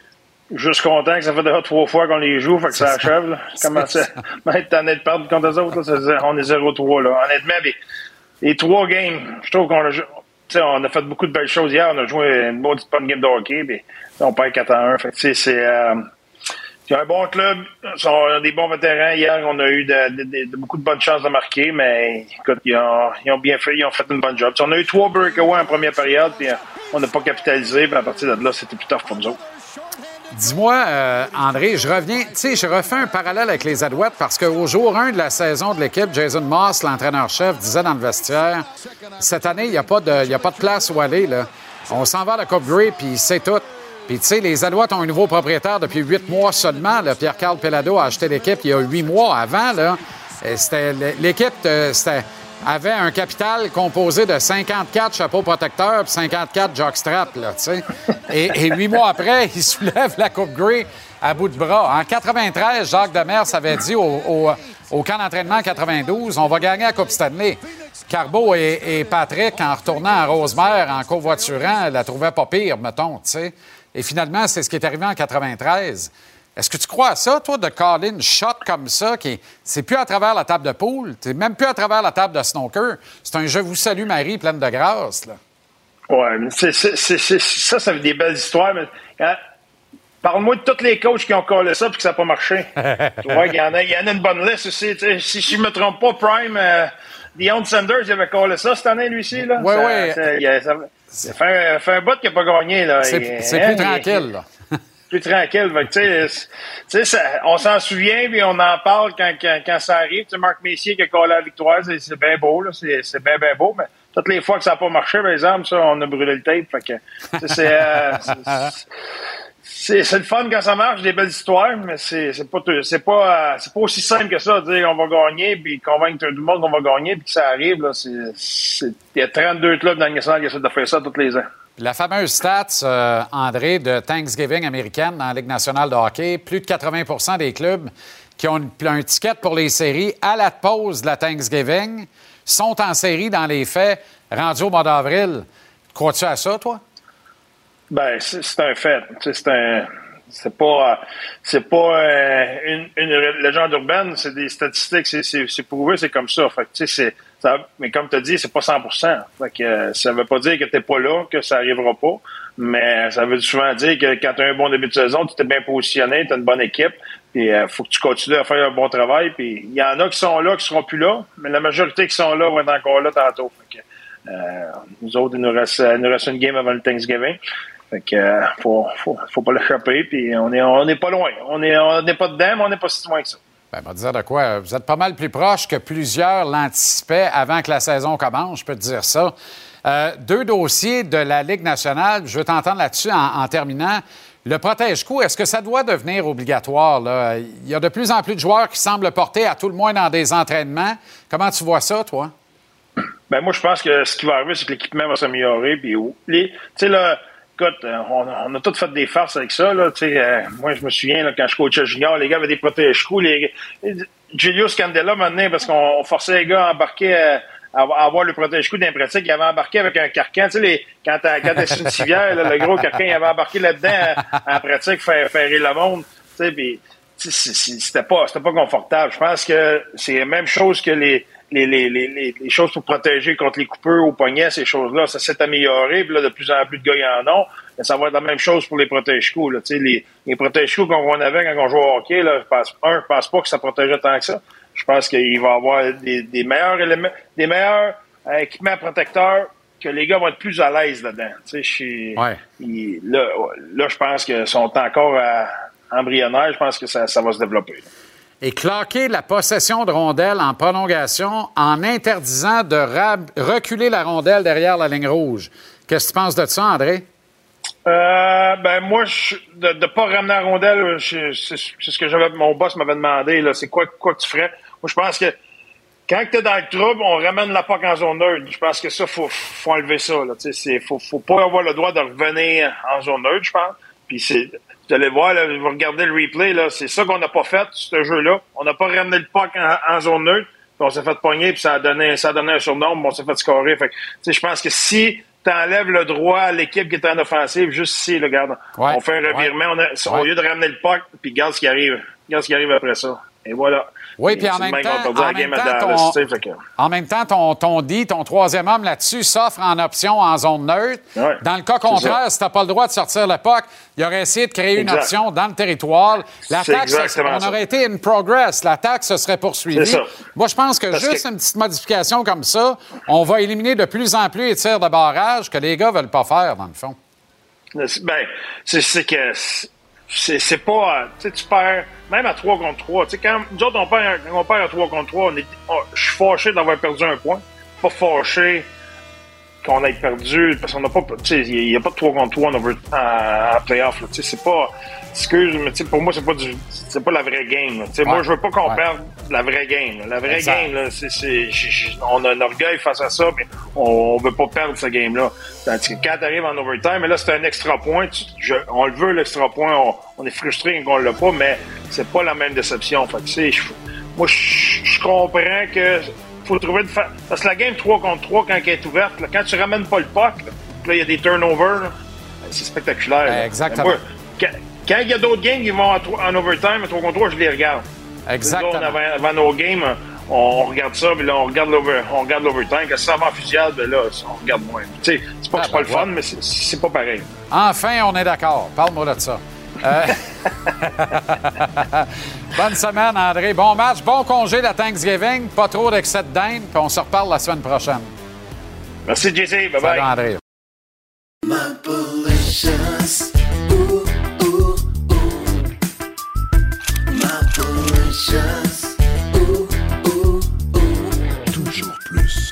Juste content que ça fait déjà 3 fois qu'on les joue, fait que ça achève. Là. Comment ça être tanné de perdre contre eux autres? Là, on est 0-3. Là. Honnêtement, les 3 games, je trouve qu'on a on a fait beaucoup de belles choses hier. On a joué une bonne game de hockey, puis on perd 4-1. Fait que c'est un bon club. On a des bons vétérans. Hier, on a eu beaucoup de bonnes chances de marquer, mais écoute, ils ont bien fait. Ils ont fait une bonne job. On a eu 3 breakaways en première période, puis on n'a pas capitalisé. Puis à partir de là, c'était plus tough pour nous autres. Dis-moi, André, je refais un parallèle avec les Alouettes parce qu'au jour 1 de la saison de l'équipe, Jason Moss, l'entraîneur-chef, disait dans le vestiaire, cette année, il n'y a pas de place où aller. Là. On s'en va à la Coupe Grey, puis c'est tout. Puis, tu sais, les Alouettes ont un nouveau propriétaire depuis 8 mois seulement. Là. Pierre-Carl Pelado a acheté l'équipe il y a 8 mois avant. Là. L'équipe avait un capital composé de 54 chapeaux protecteurs et 54 jockstraps, là, tu sais. Et 8 mois après, il soulève la Coupe Grey à bout de bras. En 93, Jacques Demers avait dit au camp d'entraînement en 92, on va gagner la Coupe Stanley. Carbeau et Patrick, en retournant à Rosemère, en covoiturant, la trouvaient pas pire, mettons, tu sais. Et finalement, c'est ce qui est arrivé en 93. Est-ce que tu crois à ça, toi, de caller une shot comme ça, c'est plus à travers la table de poule, c'est même plus à travers la table de snooker, c'est un « je vous salue, Marie » pleine de grâce, là. Ouais, mais ça fait des belles histoires, mais parle-moi de tous les coachs qui ont collé ça et que ça n'a pas marché. Tu vois, il y en a une bonne liste aussi. Si je ne me trompe pas, Prime, Deion Sanders, il avait collé ça cette année, lui-ci, là. Oui, oui. Ça fait un bout qu'il n'a pas gagné, là. C'est plus tranquille, là. Plus tranquille. Tu sais, on s'en souvient, puis on en parle quand ça arrive. Tu sais, Marc Messier qui a collé la victoire, c'est bien beau, là. C'est bien beau, mais toutes les fois que ça n'a pas marché, par exemple, ça, on a brûlé le tape. Fait que, c'est le fun quand ça marche, des belles histoires, mais c'est pas aussi simple que ça, de dire on va gagner, puis convaincre tout le monde qu'on va gagner, puis que ça arrive, là. Il y a 32 clubs dans le national qui essaient de faire ça tous les ans. La fameuse stats, André, de Thanksgiving américaine dans la Ligue nationale de hockey, plus de 80 des clubs qui ont un ticket pour les séries à la pause de la Thanksgiving sont en série dans les faits rendus au mois d'avril. Crois-tu à ça, toi? Ben, c'est un fait. C'est pas une légende urbaine, c'est des statistiques, c'est prouvé, c'est comme ça. Fait que, tu sais, mais comme tu as dit, c'est pas 100%. Fait que, ça veut pas dire que t'es pas là, que ça arrivera pas, mais ça veut souvent dire que quand tu as un bon début de saison, tu t'es bien positionné, tu as une bonne équipe, puis faut que tu continues à faire un bon travail. Puis il y en a qui sont là, qui seront plus là, mais la majorité qui sont là vont être encore là tantôt. Fait que, nous autres, il nous reste une game avant le Thanksgiving. Fait que faut pas l'échapper, puis on est pas loin. On n'est pas dedans, mais on n'est pas si loin que ça. Bien, on va te dire de quoi. Vous êtes pas mal plus proche que plusieurs l'anticipaient avant que la saison commence, je peux te dire ça. 2 dossiers de la Ligue nationale, je veux t'entendre là-dessus en terminant. Le protège-coup, est-ce que ça doit devenir obligatoire, là? Il y a de plus en plus de joueurs qui semblent le porter, à tout le moins dans des entraînements. Comment tu vois ça, toi? Ben moi, je pense que ce qui va arriver, c'est que l'équipement va s'améliorer. Puis, tu sais, là, écoute, on a tous fait des farces avec ça, là. Tu sais, moi, je me souviens, là, quand je coachais junior, les gars avaient des protège-coups. Julius Candela, maintenant, parce qu'on forçait les gars à embarquer à avoir le protège-coup d'un pratique, il avait embarqué avec un carcan. Tu sais, quand t'es sur une civière, là, le gros carcan, il avait embarqué là-dedans en pratique, faire rire le monde. Tu sais, puis c'était pas confortable. Je pense que c'est la même chose que les choses pour protéger contre les coupeurs au poignet, ces choses-là, ça s'est amélioré. Puis là, de plus en plus de gars y en ont. Mais ça va être la même chose pour les protège-coups. Là. Les protège-coups qu'on avait quand on jouait au hockey, là, je pense pas que ça protégeait tant que ça. Je pense qu'il va y avoir des meilleurs éléments, des meilleurs équipements protecteurs que les gars vont être plus à l'aise là-dedans. Là, je pense qu'ils sont encore embryonnaires. Je pense que ça va se développer. Là. Et claquer la possession de rondelle en prolongation en interdisant de reculer la rondelle derrière la ligne rouge. Qu'est-ce que tu penses de ça, André? Ben moi, de ne pas ramener la rondelle, c'est ce que mon boss m'avait demandé. Là, c'est quoi que tu ferais? Moi, je pense que quand tu es dans le trouble, on ramène la puck en zone neutre. Je pense que ça, faut enlever ça. Faut pas avoir le droit de revenir en zone neutre, je pense. Puis vous allez voir, là, vous regardez le replay, là, c'est ça qu'on n'a pas fait, ce jeu-là. On n'a pas ramené le puck en zone neutre, puis on s'est fait pogner, puis ça a donné un surnombre, puis on s'est fait scorer. Fait que, je pense que si t'enlèves le droit à l'équipe qui est en offensive juste ici, là, regarde. Ouais, on fait un revirement, au lieu de ramener le puck, puis regarde ce qui arrive. Regarde ce qui arrive après ça. Et voilà. Oui, puis en même temps, ton troisième homme là-dessus s'offre en option en zone neutre. Ouais, dans le cas contraire, si tu n'as pas le droit de sortir le puck, il aurait essayé de créer une option dans le territoire. L'attaque, on aurait été in progress. L'attaque se serait poursuivie. Moi, je pense que une petite modification comme ça, on va éliminer de plus en plus les tirs de barrage que les gars ne veulent pas faire, dans le fond. Ben, c'est que... C'est pas... Tu sais, tu perds... Même à 3 contre 3. Tu sais, quand nous autres, on perd à 3 contre 3, je suis fâché d'avoir perdu un point. Pas fâché qu'on ait perdu, parce qu'on n'a pas... Tu sais, il n'y a pas de 3 contre 3 en playoff. Tu sais, c'est pas... Excuse, mais tu sais, pour moi, c'est pas la vraie game. Tu sais, moi, je veux pas qu'on perde la vraie game. La vraie game, là, on a un orgueil face à ça, mais on veut pas perdre cette game-là. Tandis que quand t'arrives en overtime, mais là, c'est un extra point. On le veut, l'extra point. On est frustré qu'on l'a pas, mais c'est pas la même déception. Fait que, tu sais, moi, je comprends que faut trouver parce que la game 3 contre 3, quand elle est ouverte, là, quand tu ramènes pas le puck, là, il y a des turnovers, là, c'est spectaculaire. Exactement. Quand il y a d'autres games qui vont en overtime, à 3 contre 3, je les regarde. Exactement. Là, avant nos games, on regarde ça, puis là, on regarde l'overtime. Quand ça va en fusillade, ben là, on regarde moins. Tu sais, c'est pas que c'est pas le fun, mais c'est pas pareil. Enfin, on est d'accord. Parle-moi de ça. Bonne semaine, André. Bon match, bon congé de Thanksgiving. Pas trop d'excès de dinde, puis on se reparle la semaine prochaine. Merci, JC. Bye-bye. Salut, André. Toujours plus.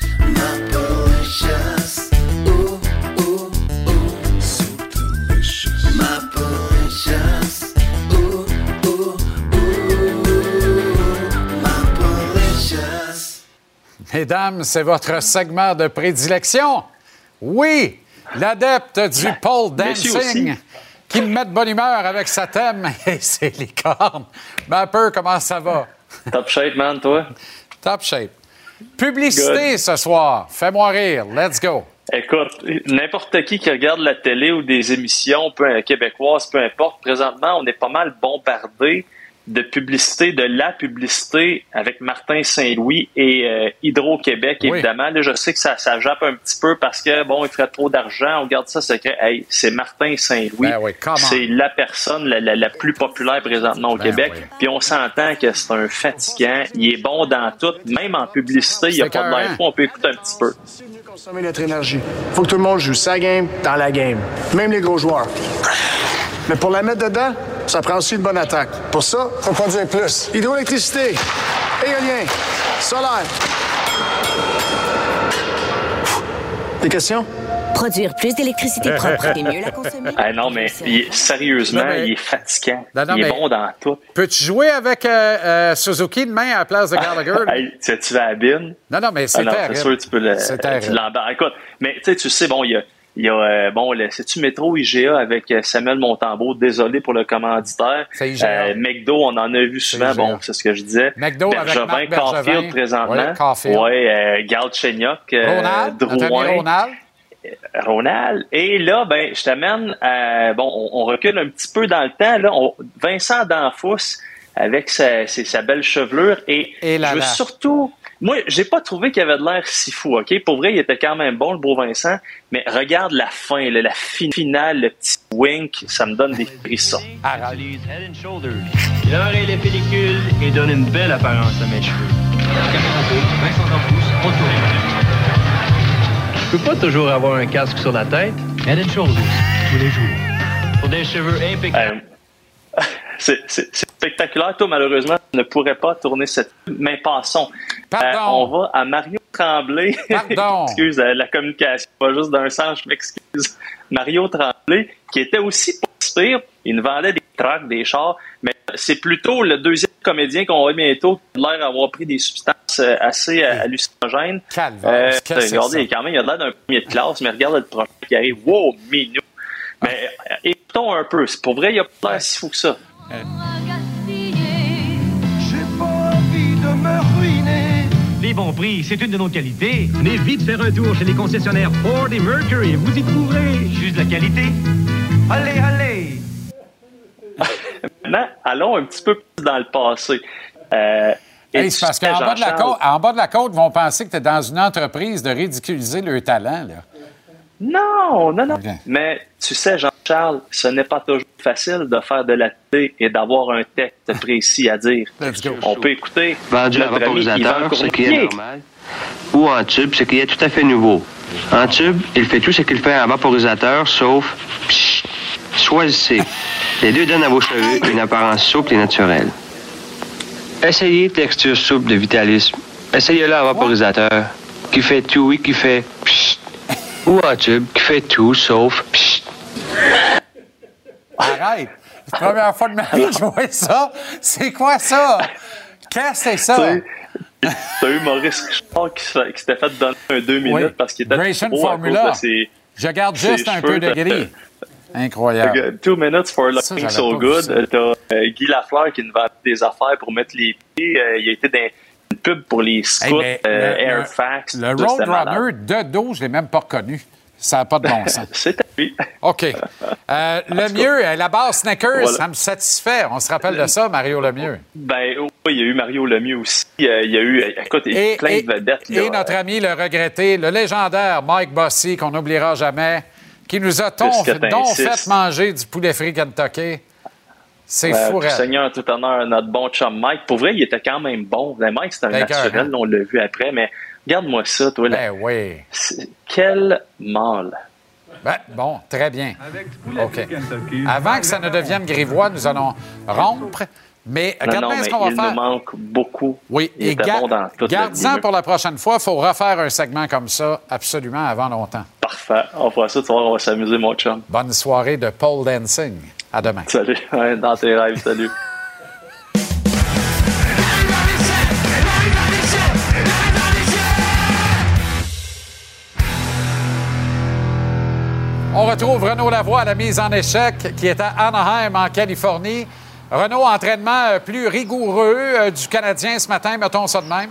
Mesdames, c'est votre segment de prédilection. Oui, l'adepte du pole dancing qui me met de bonne humeur avec sa thème, et c'est les cornes. Mapper, comment ça va? Top shape, man, toi? Top shape. Publicité Good. Ce soir. Fais-moi rire. Let's go. Écoute, n'importe qui regarde la télé ou des émissions québécoises, peu importe, présentement, on est pas mal bombardé de publicité, de la publicité avec Martin Saint-Louis et Hydro-Québec, évidemment. Là, je sais que ça jappe un petit peu parce que, bon, il ferait trop d'argent, on garde ça secret. Hey, c'est Martin Saint-Louis. C'est la personne la plus populaire présentement au Québec. Puis on s'entend que c'est un fatigant. Il est bon dans tout. Même en publicité, il n'y a pas de l'info. On peut écouter un petit peu. Consommer notre énergie. Faut que tout le monde joue sa game dans la game. Même les gros joueurs. Mais pour la mettre dedans, ça prend aussi une bonne attaque. Pour ça, il faut produire plus. Hydroélectricité, éolien, solaire. Des questions? Produire plus d'électricité propre et mieux la consommer. Ah non, mais sérieusement, il est fatigant. Il est bon dans tout. Peux-tu jouer avec Suzuki demain à la place de Gallagher? Hey, tu vas à Bin? Non, mais c'est terrible. C'est sûr, tu peux l'embarquer. Écoute, mais tu sais, bon, il y a c'est-tu Métro IGA avec Samuel Montembeault? Désolé pour le commanditaire. C'est IGA. McDo, on en a vu souvent. Bon, c'est ce que je disais. McDo avec Marc Caulfield présentement. Galchenyuk. Drouin. Ronald. Et là, je t'amène on recule un petit peu dans le temps. Là, Vincent D'Anfous avec sa belle chevelure. Et je veux surtout... Moi, j'ai pas trouvé qu'il avait de l'air si fou, OK? Pour vrai, il était quand même bon, le beau Vincent. Mais regarde la fin, la finale, le petit wink, ça me donne des frissons. Utilise Head & Shoulders. Il enraye les pellicules et donne une belle apparence à mes cheveux. Vincent D'Anfous, on tourne. Je peux pas toujours avoir un casque sur la tête. Head & Shoulders, tous les jours. Pour des cheveux impeccables. C'est spectaculaire. Toi, malheureusement, tu ne pourrais pas tourner cette... Mais passons. On va à Mario Tremblay. Pardon. Excuse, la communication, pas juste d'un sens, je m'excuse. Mario Tremblay, qui était aussi pas pire. Il nous vendait des trucks, des chars. Mais c'est plutôt le deuxième comédien qu'on va bientôt qui a l'air d'avoir pris des substances assez hallucinogènes. Regardez, quand même, il a l'air d'un premier de classe, mais regarde le prochain qui arrive. Wow, mignon. Mais écoutons un peu. C'est pour vrai, il n'y a pas l'air si fou que ça. J'ai pas envie de me ruiner. des bons prix, c'est une de nos qualités. Venez vite faire un tour chez les concessionnaires Ford et Mercury. Vous y trouverez juste la qualité. Allez, allez! Maintenant, allons un petit peu plus dans le passé. C'est parce qu'en bas de la côte, ils vont penser que tu es dans une entreprise de ridiculiser leur talent. Là. Non. Okay. Mais tu sais, Jean-Charles, ce n'est pas toujours facile de faire de la télé et d'avoir un texte précis à dire. On peut écouter vendu en vaporisateur, ce qui est normal, ou en tube, ce qui est tout à fait nouveau. En tube, il fait tout ce qu'il fait en vaporisateur, sauf... Psst, choisissez. Les deux donnent à vos cheveux une apparence souple et naturelle. Essayez texture souple de Vitalisme. Essayez-le en vaporisateur, qui fait tout, oui, qui fait... Psst. Ou en tube, qui fait tout, sauf... Psst. Arrête! C'est la première fois de ma vie que je vois ça. C'est quoi ça? Qu'est-ce que c'est ça? T'as eu Maurice Richard qui s'était fait donner un 2 minutes parce qu'il était Grayson trop Formula. à cause de ses, je garde juste un peu de gris. Incroyable. 2 minutes for looking so good. T'as Guy Lafleur qui nous va des affaires pour mettre les pieds. Il a été dans une pub pour les scouts, Airfax. Le Roadrunner de dos, je ne l'ai même pas reconnu. Ça n'a pas de bon sens. C'est à lui. OK. Lemieux, la barre Snickers, ça me satisfait. On se rappelle de ça, Mario Lemieux. Ben oui, il y a eu Mario Lemieux aussi. Il y a eu, écoute, plein de vedettes. Et notre ami, le regretté, le légendaire Mike Bossy, qu'on n'oubliera jamais, qui nous a fait manger du poulet frit Kentucky. C'est fou, Seigneur, tout honneur, notre bon chum Mike. Pour vrai, il était quand même bon. Mike, c'est un naturel, on l'a vu après, mais regarde-moi ça, toi. Là. Ben oui. Quel mâle. Bon, très bien. OK. Avant que ça ne devienne grivois, nous allons rompre. Mais regarde bien ce qu'on va faire. Il nous manque beaucoup. Oui, il était bon dans toute garde-en pour la prochaine fois. Il faut refaire un segment comme ça absolument avant longtemps. Parfait. On fera ça, tu vois, on va s'amuser, mon chum. Bonne soirée de pole dancing. À demain. Salut. Dans tes rêves, salut. On retrouve Renaud Lavoie à la mise en échec qui est à Anaheim, en Californie. Renaud, entraînement plus rigoureux du Canadien ce matin, mettons ça de même?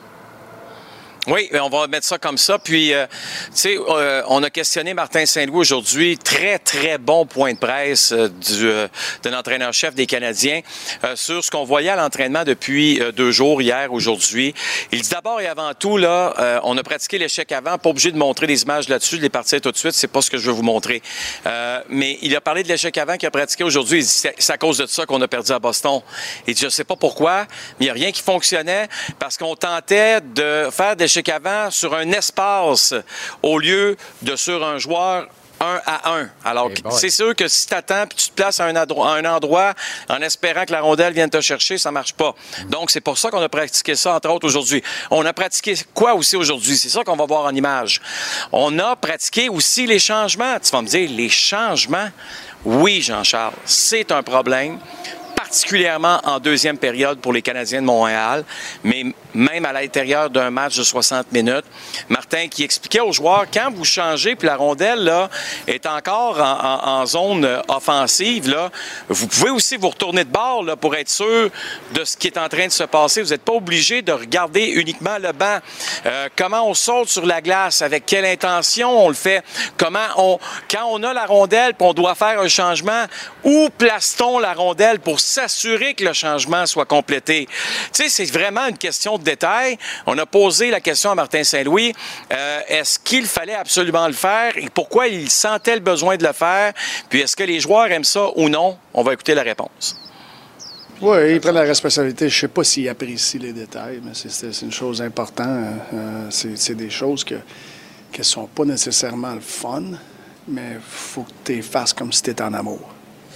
Oui, on va mettre ça comme ça. Puis, tu sais, on a questionné Martin Saint-Louis aujourd'hui. Très, très bon point de presse de l'entraîneur-chef des Canadiens sur ce qu'on voyait à l'entraînement depuis 2 jours, hier, aujourd'hui. Il dit d'abord et avant tout, là, on a pratiqué l'échec avant. Pas obligé de montrer des images là-dessus, de les partir tout de suite. C'est pas ce que je veux vous montrer. Mais il a parlé de l'échec avant qu'il a pratiqué aujourd'hui. Il dit c'est à cause de ça qu'on a perdu à Boston. Il dit je sais pas pourquoi, mais il n'y a rien qui fonctionnait parce qu'on tentait de faire des échecs avant sur un espace au lieu de sur un joueur 1 à 1. Alors, c'est sûr que si tu attends et tu te places à un endroit en espérant que la rondelle vienne te chercher, ça marche pas. Donc, c'est pour ça qu'on a pratiqué ça, entre autres, aujourd'hui. On a pratiqué quoi aussi aujourd'hui? C'est ça qu'on va voir en image. On a pratiqué aussi les changements. Tu vas me dire, les changements? Oui, Jean-Charles, c'est un problème, particulièrement en deuxième période pour les Canadiens de Montréal, mais même à l'intérieur d'un match de 60 minutes. Martin qui expliquait aux joueurs, quand vous changez, puis la rondelle là, est encore en zone offensive, là, vous pouvez aussi vous retourner de bord là, pour être sûr de ce qui est en train de se passer. Vous n'êtes pas obligé de regarder uniquement le banc. Comment on saute sur la glace, avec quelle intention on le fait, quand on a la rondelle puis on doit faire un changement, où place-t-on la rondelle pour s'assurer que le changement soit complété? Tu sais, c'est vraiment une question de détail. On a posé la question à Martin Saint-Louis. Est-ce qu'il fallait absolument le faire et pourquoi il sentait le besoin de le faire? Puis est-ce que les joueurs aiment ça ou non? On va écouter la réponse. Oui, il prend la responsabilité. Je ne sais pas s'il apprécie les détails, mais c'est une chose importante. C'est des choses qui ne sont pas nécessairement le fun, mais il faut que tu les fasses comme si tu étais en amour.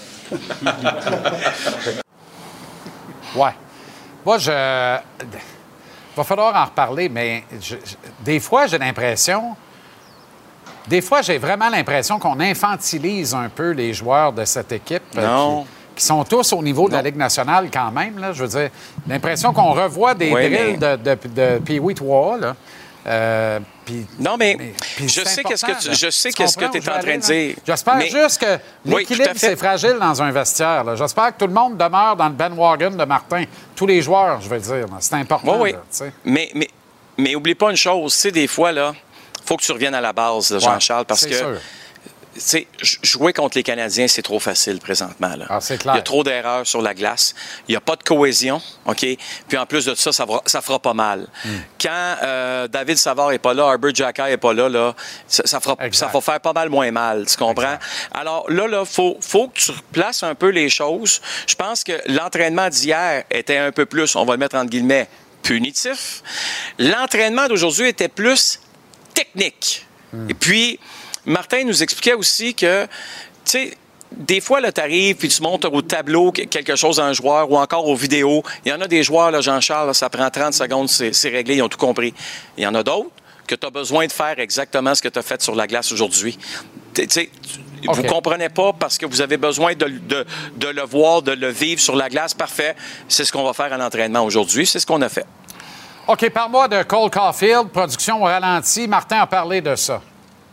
Ouais. Moi, va falloir en reparler, mais des fois, j'ai vraiment l'impression qu'on infantilise un peu les joueurs de cette équipe qui sont tous au niveau de la Ligue nationale quand même. Là, je veux dire, l'impression qu'on revoit des drills de Pee-Wee 3, là. Non, mais je sais qu'est-ce que tu es en train de dire. J'espère juste que l'équilibre, c'est fragile dans un vestiaire. Là. J'espère que tout le monde demeure dans le bandwagon de Martin. Tous les joueurs, je veux dire. C'est important. Oui. Là, mais Mais oublie pas une chose, tu sais, des fois, là, faut que tu reviennes à la base, là, Jean-Charles, parce que... Sûr. Tu sais, jouer contre les Canadiens, c'est trop facile présentement. Là. Ah, c'est clair. Il y a trop d'erreurs sur la glace. Il n'y a pas de cohésion, OK? Puis en plus de ça, ça fera pas mal. Quand David Savard n'est pas là, Arbor Xhekaj n'est pas là, ça va faire pas mal moins mal, tu comprends? Exact. Alors là, faut que tu replaces un peu les choses. Je pense que l'entraînement d'hier était un peu plus, on va le mettre entre guillemets, punitif. L'entraînement d'aujourd'hui était plus technique. Et puis... Martin nous expliquait aussi que, tu sais, des fois, là, tu arrives puis tu montres au tableau quelque chose à un joueur ou encore aux vidéos. Il y en a des joueurs, là, Jean-Charles, là, ça prend 30 secondes, c'est réglé, ils ont tout compris. Il y en a d'autres que tu as besoin de faire exactement ce que tu as fait sur la glace aujourd'hui. Tu sais, vous ne comprenez pas parce que vous avez besoin de le voir, de le vivre sur la glace. Parfait. C'est ce qu'on va faire à l'entraînement aujourd'hui. C'est ce qu'on a fait. OK, parle-moi de Cole Caulfield, production au ralenti. Martin a parlé de ça.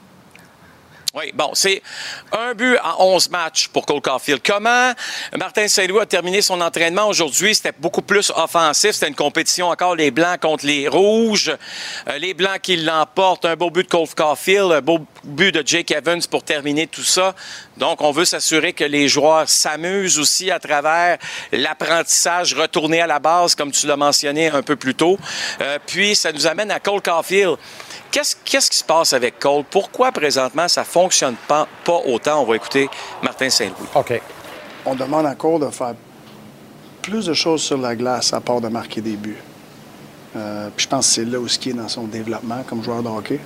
Oui, bon, c'est un but en 11 matchs pour Cole Caulfield. Comment Martin Saint-Louis a terminé son entraînement aujourd'hui? C'était beaucoup plus offensif. C'était une compétition encore, les Blancs contre les Rouges. Les Blancs qui l'emportent. Un beau but de Cole Caulfield, un beau but de Jake Evans pour terminer tout ça. Donc, on veut s'assurer que les joueurs s'amusent aussi à travers l'apprentissage retourné à la base, comme tu l'as mentionné un peu plus tôt. Puis, ça nous amène à Cole Caulfield. Qu'est-ce qui se passe avec Cole? Pourquoi, présentement, ça ne fonctionne pas autant? On va écouter Martin Saint-Louis. OK. On demande à Cole de faire plus de choses sur la glace à part de marquer des buts. Puis je pense que c'est là où il est dans son développement comme joueur de hockey.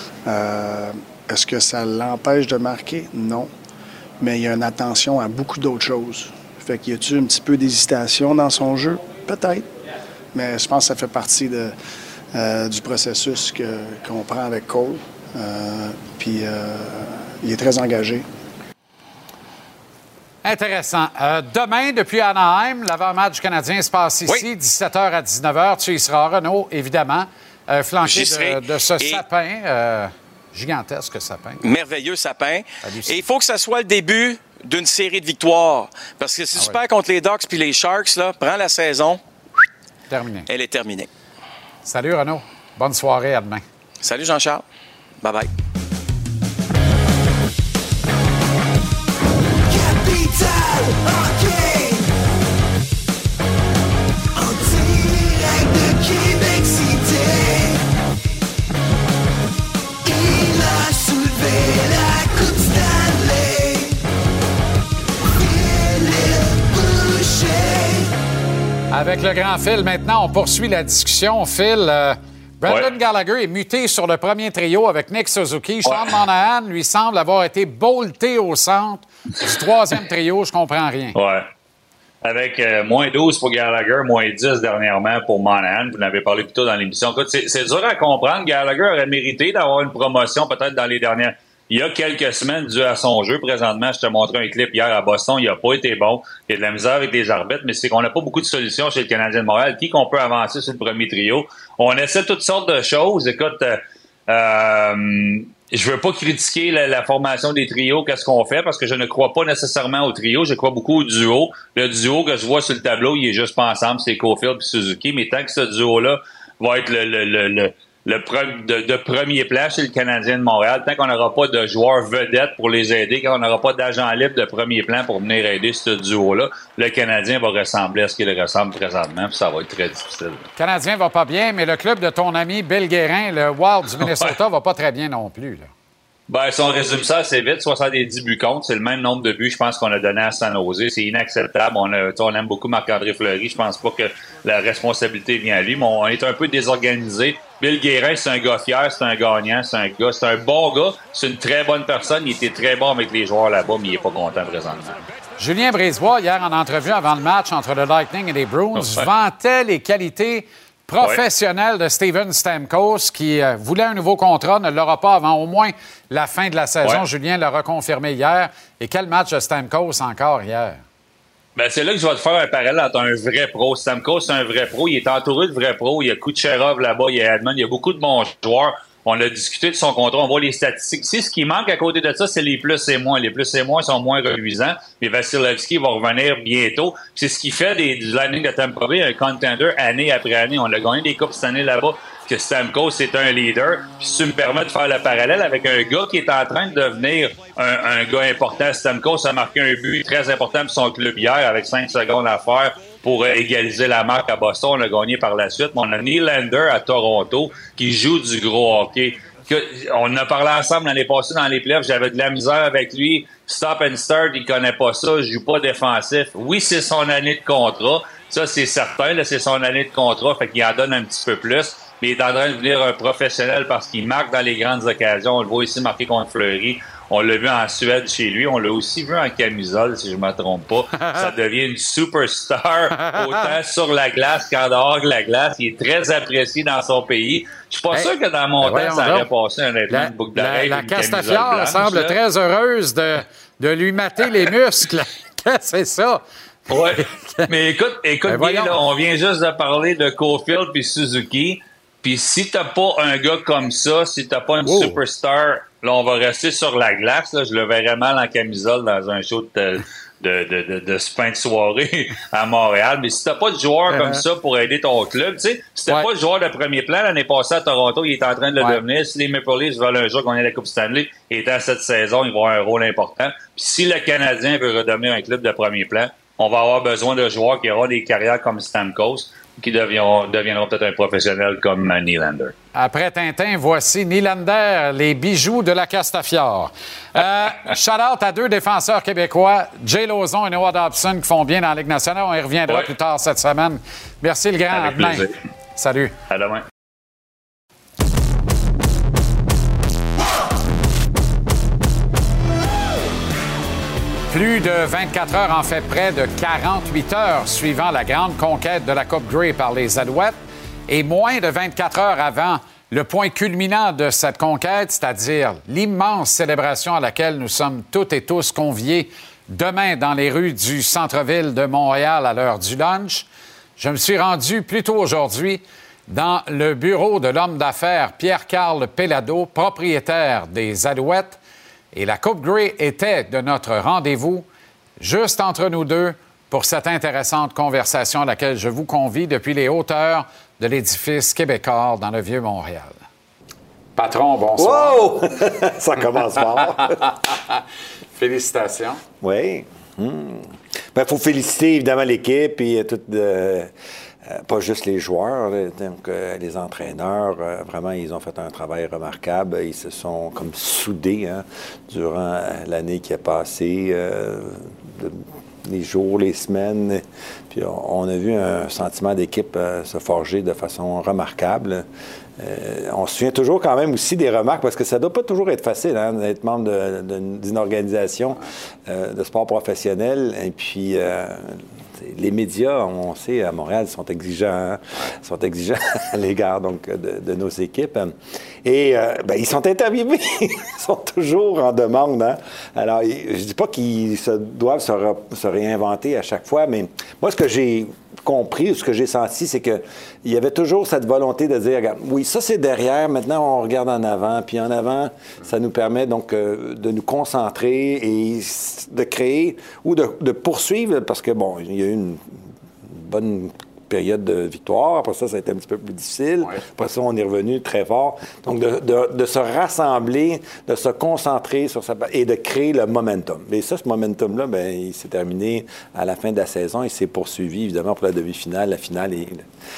Est-ce que ça l'empêche de marquer? Non. Mais il y a une attention à beaucoup d'autres choses. Fait qu'il y a-tu un petit peu d'hésitation dans son jeu? Peut-être. Mais je pense que ça fait partie du processus qu'on prend avec Cole. Puis il est très engagé. Intéressant. Demain, depuis Anaheim, l'avant-match du Canadien se passe ici, 17h à 19h. Tu y seras, Renaud, évidemment, flanqué de ce sapin, gigantesque sapin. Merveilleux sapin. Et il faut que ça soit le début d'une série de victoires. Parce que si tu perds contre les Ducks puis les Sharks, là, prends la saison. Terminé. Elle est terminée. Salut, Renaud. Bonne soirée. À demain. Salut, Jean-Charles. Bye-bye. Capital Hockey. En direct de Québec City. Il a soulevé la Coupe Stanley. Philippe Boucher. Avec le grand Phil, maintenant, on poursuit la discussion. Phil, Brendan Gallagher est muté sur le premier trio avec Nick Suzuki. Sean Monahan, lui, semble avoir été bolté au centre du troisième trio. Je comprends rien. Ouais. Avec moins 12 pour Gallagher, moins 10 dernièrement pour Monahan. Vous en avez parlé plus tôt dans l'émission. Écoute, c'est dur à comprendre. Gallagher aurait mérité d'avoir une promotion peut-être dans les dernières... Il y a quelques semaines, dû à son jeu, présentement, je te montrais un clip hier à Boston, il n'a pas été bon. Il y a de la misère avec les arbitres, mais c'est qu'on n'a pas beaucoup de solutions chez le Canadien de Montréal. Qui qu'on peut avancer sur le premier trio? On essaie toutes sortes de choses. Écoute, je veux pas critiquer la formation des trios, qu'est-ce qu'on fait, parce que je ne crois pas nécessairement au trio, je crois beaucoup au duo. Le duo que je vois sur le tableau, il est juste pas ensemble, c'est Caulfield et Suzuki, mais tant que ce duo-là va être de premier plan chez le Canadien de Montréal, tant qu'on n'aura pas de joueurs vedettes pour les aider, quand on n'aura pas d'agents libres de premier plan pour venir aider ce duo-là, le Canadien va ressembler à ce qu'il ressemble présentement, puis ça va être très difficile. Le Canadien va pas bien, mais le club de ton ami Bill Guérin, le Wild du Minnesota, va pas très bien non plus, là. Ben, si on résume ça assez vite, 70 buts contre, c'est le même nombre de buts, je pense, qu'on a donné à San Jose. C'est inacceptable. On aime beaucoup Marc-André Fleury. Je pense pas que la responsabilité vient à lui, mais on est un peu désorganisé. Bill Guérin, c'est un gars fier, c'est un gagnant, c'est un bon gars, c'est une très bonne personne. Il était très bon avec les joueurs là-bas, mais il est pas content présentement. Julien Brisebois, hier en entrevue avant le match entre le Lightning et les Bruins, vantait les qualités professionnel de Steven Stamkos qui voulait un nouveau contrat, ne l'aura pas avant au moins la fin de la saison. Julien l'a reconfirmé hier. Et quel match de Stamkos encore hier? Ben, c'est là que je vais te faire un parallèle entre un vrai pro. Stamkos, c'est un vrai pro. Il est entouré de vrais pros. Il y a Kucherov là-bas, il y a Edmond, il y a beaucoup de bons joueurs. On a discuté de son contrat, on voit les statistiques. Si ce qui manque à côté de ça, c'est les plus et moins. Les plus et moins sont moins reluisants, mais Vasilevski va revenir bientôt. C'est ce qui fait du Lightning de Tampa Bay un contender année après année. On a gagné des coupes cette année là-bas. que Stamkos est un leader. Puis si tu me permets de faire le parallèle avec un gars qui est en train de devenir un gars important, Stamkos a marqué un but très important pour son club hier avec 5 secondes à faire pour égaliser la marque à Boston. On a gagné par la suite. Mais on a Nylander à Toronto qui joue du gros hockey. On a parlé ensemble l'année passée dans les playoffs. J'avais de la misère avec lui. Stop and start, il connaît pas ça. Il joue pas défensif. Oui, c'est son année de contrat. Ça, c'est certain. Là, c'est son année de contrat. Fait qu'il en donne un petit peu plus. Mais il est en train de devenir un professionnel parce qu'il marque dans les grandes occasions. On le voit ici marquer contre Fleury. On l'a vu en Suède chez lui. On l'a aussi vu en camisole, si je ne me trompe pas. Ça devient une superstar, autant sur la glace qu'en dehors de la glace. Il est très apprécié dans son pays. Je suis pas sûr que dans mon temps, ça aurait passé honnêtement une boucle d'oreille. La Castafiore semble très heureuse de lui mater les muscles. C'est ça. Oui. Mais écoute bien, là, on vient juste de parler de Caulfield puis Suzuki. Puis si t'as pas un gars comme ça, si t'as pas une superstar, là, on va rester sur la glace. Là. Je le verrais mal en camisole dans un show de fin de soirée à Montréal. Mais si t'as pas de joueur comme ça pour aider ton club, tu sais, si t'as pas de joueur de premier plan, l'année passée à Toronto, il est en train de le devenir. Si les Maple Leafs veulent un jour gagner la Coupe Stanley, et dans cette saison, il va avoir un rôle important. Puis si le Canadien veut redevenir un club de premier plan, on va avoir besoin de joueurs qui auront des carrières comme Stamkos, qui deviendront peut-être un professionnel comme Nylander. Après Tintin, voici Nylander, les bijoux de la Castafiore. Shout-out à 2 défenseurs québécois, Jay Lauzon et Noah Dobson, qui font bien dans la Ligue nationale. On y reviendra plus tard cette semaine. Merci le grand. Avec plaisir. Salut. À demain. Plus de 24 heures, en fait près de 48 heures suivant la grande conquête de la Coupe Grey par les Alouettes et moins de 24 heures avant le point culminant de cette conquête, c'est-à-dire l'immense célébration à laquelle nous sommes toutes et tous conviés demain dans les rues du centre-ville de Montréal à l'heure du lunch. Je me suis rendu plus tôt aujourd'hui dans le bureau de l'homme d'affaires Pierre-Carl Pellado, propriétaire des Alouettes. Et la Coupe Grey était de notre rendez-vous, juste entre nous deux, pour cette intéressante conversation à laquelle je vous convie depuis les hauteurs de l'édifice Québécois dans le Vieux-Montréal. Patron, bonsoir. Wow! Ça commence fort. Félicitations. Oui. Il faut féliciter évidemment l'équipe et pas juste les joueurs, donc, les entraîneurs. Vraiment, ils ont fait un travail remarquable. Ils se sont comme soudés durant l'année qui a passé, les jours, les semaines. Puis on a vu un sentiment d'équipe se forger de façon remarquable. On se souvient toujours quand même aussi des remarques, parce que ça ne doit pas toujours être facile d'être membre d'une organisation de sport professionnel. Et puis, les médias, on sait, à Montréal, sont exigeants à l'égard donc, de nos équipes. Et ils sont interviewés. Ils sont toujours en demande. Alors, je ne dis pas qu'ils doivent se réinventer à chaque fois, mais moi, ce que j'ai compris, ce que j'ai senti, c'est qu'il y avait toujours cette volonté de dire, regarde, oui, ça c'est derrière, maintenant on regarde en avant, puis en avant, ça nous permet donc de nous concentrer et de créer ou de poursuivre, parce que bon, il y a eu une bonne période de victoire. Après ça a été un petit peu plus difficile. Ouais. Après ça, on est revenu très fort. Donc, de se rassembler, de se concentrer sur ça et de créer le momentum. Et ça, ce momentum-là, il s'est terminé à la fin de la saison. Il s'est poursuivi, évidemment, pour la demi-finale. La finale est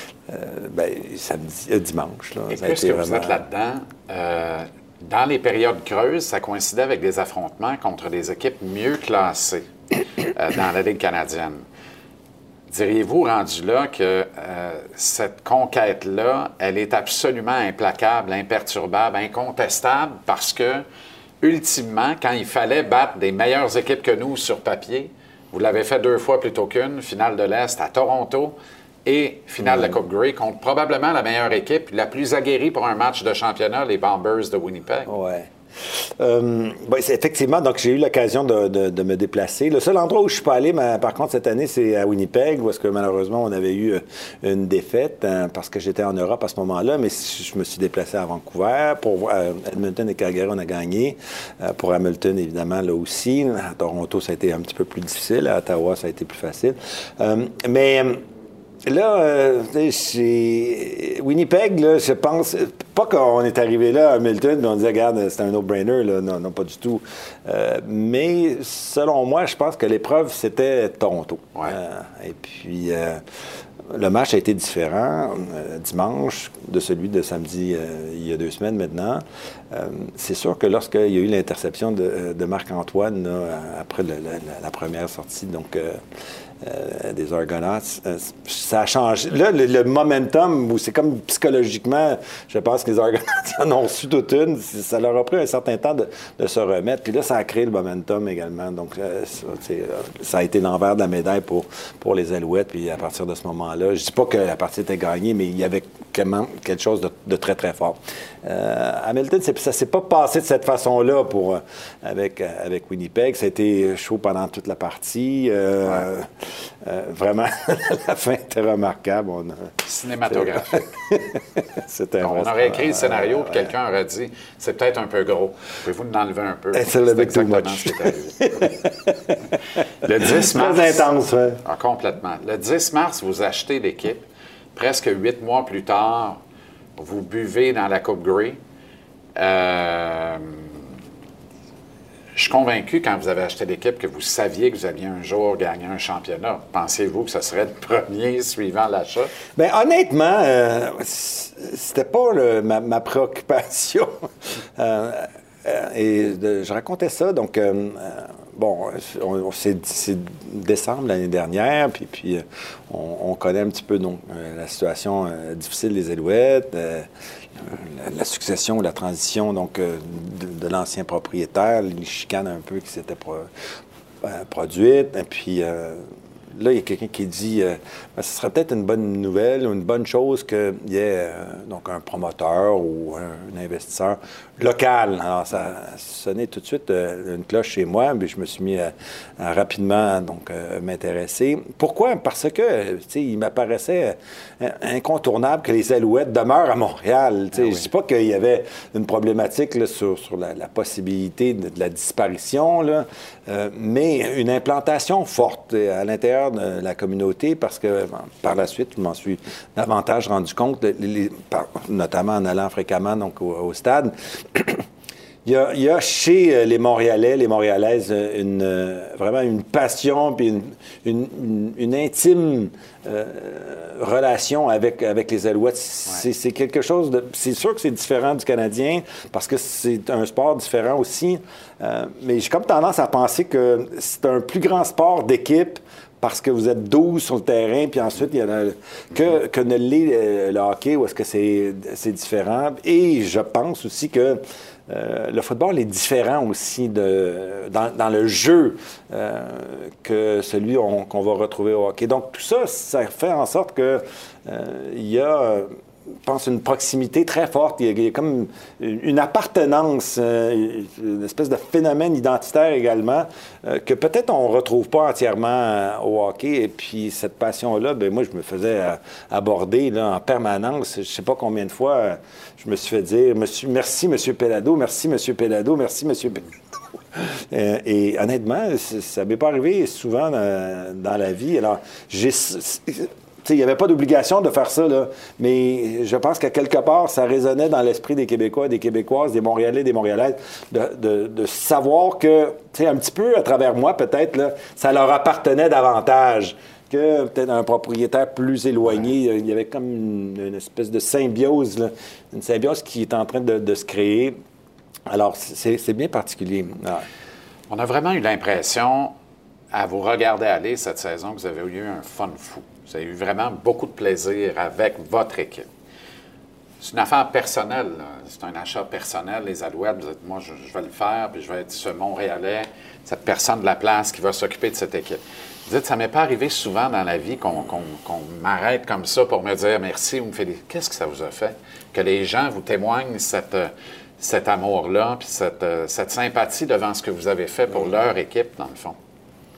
dimanche. Là. Et puisque vous êtes là-dedans, dans les périodes creuses, ça coïncidait avec des affrontements contre des équipes mieux classées dans la Ligue canadienne. Diriez-vous, rendu là, que cette conquête-là, elle est absolument implacable, imperturbable, incontestable, parce que, ultimement, quand il fallait battre des meilleures équipes que nous sur papier, vous l'avez fait 2 fois plutôt qu'une, finale de l'Est à Toronto et finale de la Coupe Grey contre probablement la meilleure équipe, la plus aguerrie pour un match de championnat, les Bombers de Winnipeg. Ouais. Effectivement, donc j'ai eu l'occasion de me déplacer. Le seul endroit où je suis pas allé, par contre, cette année, c'est à Winnipeg, où est-ce que malheureusement, on avait eu une défaite parce que j'étais en Europe à ce moment-là, mais je me suis déplacé à Vancouver. Pour Edmonton et Calgary, on a gagné. Pour Hamilton, évidemment, là aussi. À Toronto, ça a été un petit peu plus difficile. À Ottawa, ça a été plus facile. Mais Là, chez Winnipeg, là, je pense pas qu'on est arrivé là à Hamilton et on disait, regarde, c'est un no-brainer. Là. Non, pas du tout. Mais selon moi, je pense que l'épreuve, c'était Toronto. Ouais. Et puis, le match a été différent dimanche de celui de samedi il y a 2 semaines maintenant. C'est sûr que lorsqu'il y a eu l'interception de Marc-Antoine après la première sortie, donc des Argonauts, ça a changé. Là, le momentum, c'est comme psychologiquement, je pense que les Argonauts en ont reçu toute une. Ça leur a pris un certain temps de se remettre. Puis là, ça a créé le momentum également. Donc, ça a été l'envers de la médaille pour les Alouettes. Puis à partir de ce moment-là, je dis pas que la partie était gagnée, mais il y avait quelque chose de très, très fort. Hamilton, ça s'est pas passé de cette façon-là avec Winnipeg. Ça a été chaud pendant toute la partie. Vraiment, la fin était remarquable. Cinématographique. C'était on aurait écrit le scénario et quelqu'un aurait dit c'est peut-être un peu gros. Pouvez-vous nous enlever un peu? C'est exactement ce qui est arrivé. Le 10 mars. Très intense, oui. Ah, complètement. Le 10 mars, vous achetez l'équipe. Presque 8 mois plus tard, vous buvez dans la Coupe Grey. Je suis convaincu, quand vous avez acheté l'équipe, que vous saviez que vous alliez un jour gagner un championnat. Pensez-vous que ce serait le premier suivant l'achat? Bien, honnêtement, c'était pas ma préoccupation. Et je racontais ça, donc... c'est décembre l'année dernière, puis on connaît un petit peu la situation difficile des Alouettes, la succession, la transition donc de l'ancien propriétaire, les chicanes un peu qui s'étaient produites, et puis là, il y a quelqu'un qui dit ce serait peut-être une bonne nouvelle ou une bonne chose qu'il y ait donc un promoteur ou un investisseur local. Alors, ça a sonné tout de suite une cloche chez moi, puis je me suis mis à rapidement m'intéresser. Pourquoi? Parce que, il m'apparaissait incontournable que les Alouettes demeurent à Montréal. Je ne dis pas qu'il y avait une problématique là, sur la possibilité de la disparition, là, mais une implantation forte à l'intérieur de la communauté, parce que par la suite, je m'en suis davantage rendu compte, notamment en allant fréquemment donc, au stade. Il y a chez les Montréalais, les Montréalaises, vraiment une passion puis une intime relation avec les Alouettes. C'est quelque chose de... C'est sûr que c'est différent du Canadien parce que c'est un sport différent aussi, mais j'ai comme tendance à penser que c'est un plus grand sport d'équipe parce que vous êtes 12 sur le terrain, puis ensuite, il y en a que ne l'est le hockey, où est-ce que c'est différent. Et je pense aussi que le football est différent aussi dans le jeu que celui qu'on va retrouver au hockey. Donc, tout ça, ça fait en sorte que il y a... je pense, une proximité très forte. Il y a comme une appartenance, une espèce de phénomène identitaire également, que peut-être on ne retrouve pas entièrement au hockey. Et puis, cette passion-là, bien, moi, je me faisais aborder là, en permanence. Je ne sais pas combien de fois je me suis fait dire « Merci, M. Pellado, merci, M. Pellado, merci, M. Pellado. » Et honnêtement, ça ne m'est pas arrivé souvent dans la vie. Alors, il n'y avait pas d'obligation de faire ça, là, mais je pense qu'à quelque part, ça résonnait dans l'esprit des Québécois, des Québécoises, des Montréalais, des Montréalaises, de savoir que, un petit peu à travers moi, peut-être, là, ça leur appartenait davantage que peut-être un propriétaire plus éloigné. Il y avait comme une espèce de symbiose, là, une symbiose qui est en train de se créer. Alors, c'est bien particulier. Ah. On a vraiment eu l'impression, à vous regarder aller cette saison, que vous avez eu un fun fou. Vous avez eu vraiment beaucoup de plaisir avec votre équipe. C'est une affaire personnelle. Là. C'est un achat personnel. Les Alouettes, vous dites, moi, je vais le faire, puis je vais être ce Montréalais, cette personne de la place qui va s'occuper de cette équipe. Vous dites, ça ne m'est pas arrivé souvent dans la vie qu'on m'arrête comme ça pour me dire merci ou me féliciter. Qu'est-ce que ça vous a fait? Que les gens vous témoignent cet amour-là, puis cette sympathie devant ce que vous avez fait pour leur équipe, dans le fond.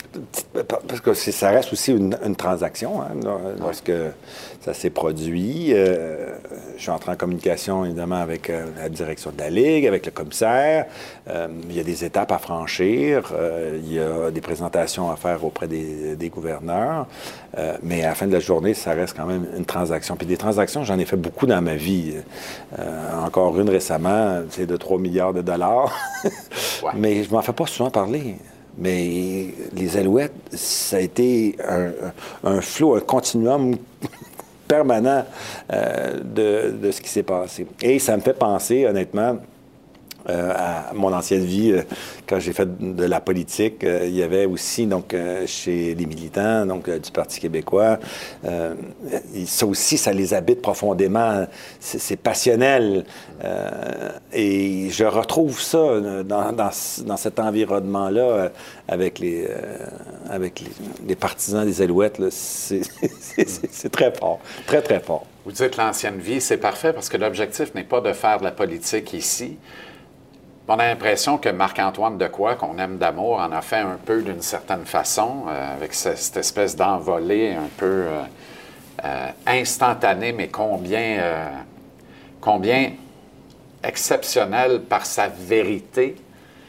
Parce que ça reste aussi une transaction, hein, lorsque ça s'est produit. Je suis entré en communication, évidemment, avec la direction de la Ligue, avec le commissaire. Il y a des étapes à franchir. Il y a des présentations à faire auprès des gouverneurs. Mais à la fin de la journée, ça reste quand même une transaction. Puis des transactions, j'en ai fait beaucoup dans ma vie. Encore une récemment, c'est de 3 milliards de dollars. Mais je m'en fais pas souvent parler. Mais les Alouettes, ça a été un flot, un continuum permanent de ce qui s'est passé. Et ça me fait penser, honnêtement, à mon ancienne vie, quand j'ai fait de la politique, il y avait aussi, donc, chez les militants du Parti québécois, ça aussi, ça les habite profondément. C'est passionnel. Et je retrouve ça dans cet environnement-là avec les partisans des Alouettes. C'est très fort, très, très fort. Vous dites l'ancienne vie, c'est parfait parce que l'objectif n'est pas de faire de la politique ici. On a l'impression que Marc-Antoine Dequoy, qu'on aime d'amour, en a fait un peu d'une certaine façon, avec cette espèce d'envolée un peu instantanée, mais combien exceptionnelle par sa vérité.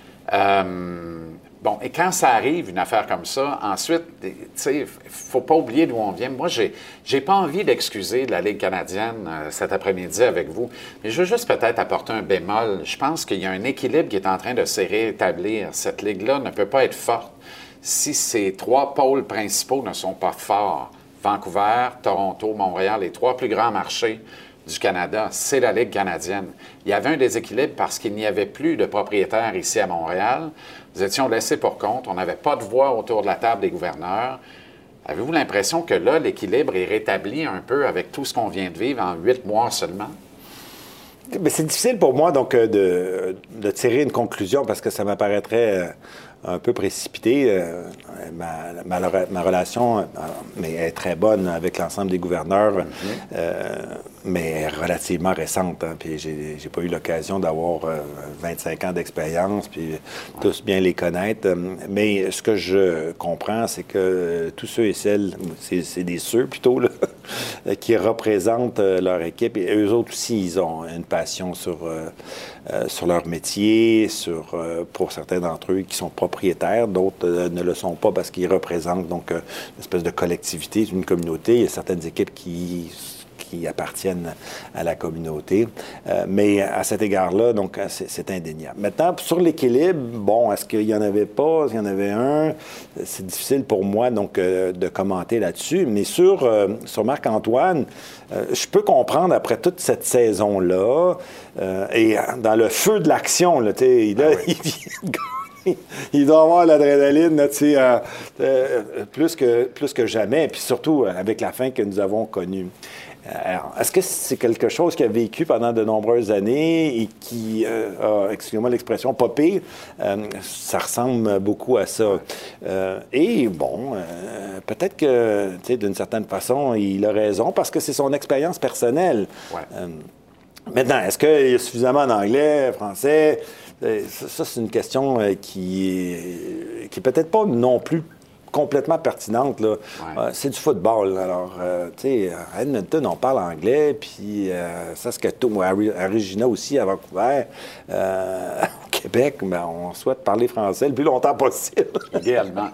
Bon, et quand ça arrive, une affaire comme ça, ensuite, tu sais, il ne faut pas oublier d'où on vient. Moi, j'ai pas envie d'excuser la Ligue canadienne cet après-midi avec vous, mais je veux juste peut-être apporter un bémol. Je pense qu'il y a un équilibre qui est en train de se rétablir. Cette Ligue-là ne peut pas être forte si ces 3 pôles principaux ne sont pas forts. Vancouver, Toronto, Montréal, les 3 plus grands marchés du Canada, c'est la Ligue canadienne. Il y avait un déséquilibre parce qu'il n'y avait plus de propriétaires ici à Montréal. Nous étions laissés pour compte. On n'avait pas de voix autour de la table des gouverneurs. Avez-vous l'impression que là, l'équilibre est rétabli un peu avec tout ce qu'on vient de vivre en 8 mois seulement? Mais c'est difficile pour moi, donc, de tirer une conclusion parce que ça m'apparaîtrait un peu précipité. Ma relation mais est très bonne avec l'ensemble des gouverneurs, mais relativement récente. Hein, puis j'ai pas eu l'occasion d'avoir 25 ans d'expérience, puis tous bien les connaître. Mais ce que je comprends, c'est que tous ceux et celles, c'est des ceux plutôt, là, qui représentent leur équipe, et eux autres aussi, ils ont une passion sur leur métier, pour certains d'entre eux qui sont propriétaires, d'autres ne le sont pas parce qu'ils représentent donc une espèce de collectivité, une communauté. Il y a certaines équipes qui appartiennent à la communauté. Mais à cet égard-là, donc, c'est indéniable. Maintenant, sur l'équilibre, bon, est-ce qu'il y en avait pas, s'il y en avait un? C'est difficile pour moi, donc, de commenter là-dessus. Mais sur Marc-Antoine, je peux comprendre, après toute cette saison-là, et dans le feu de l'action, là, il doit avoir l'adrénaline plus que jamais, puis surtout avec la fin que nous avons connue. Alors, est-ce que c'est quelque chose qu'il a vécu pendant de nombreuses années et qui a, excusez-moi l'expression, popé? Ça ressemble beaucoup à ça. Et bon, peut-être que, tu sais, d'une certaine façon, il a raison parce que c'est son expérience personnelle. Ouais. Maintenant, est-ce qu'il y a suffisamment en anglais, français? Ça, c'est une question qui est peut-être pas non plus complètement pertinente, là. Ouais. C'est du football. Alors, tu sais, à Edmonton, on parle anglais, puis Saskatoon, à Regina aussi, à Vancouver, au Québec, ben, on souhaite parler français le plus longtemps possible. Idéalement.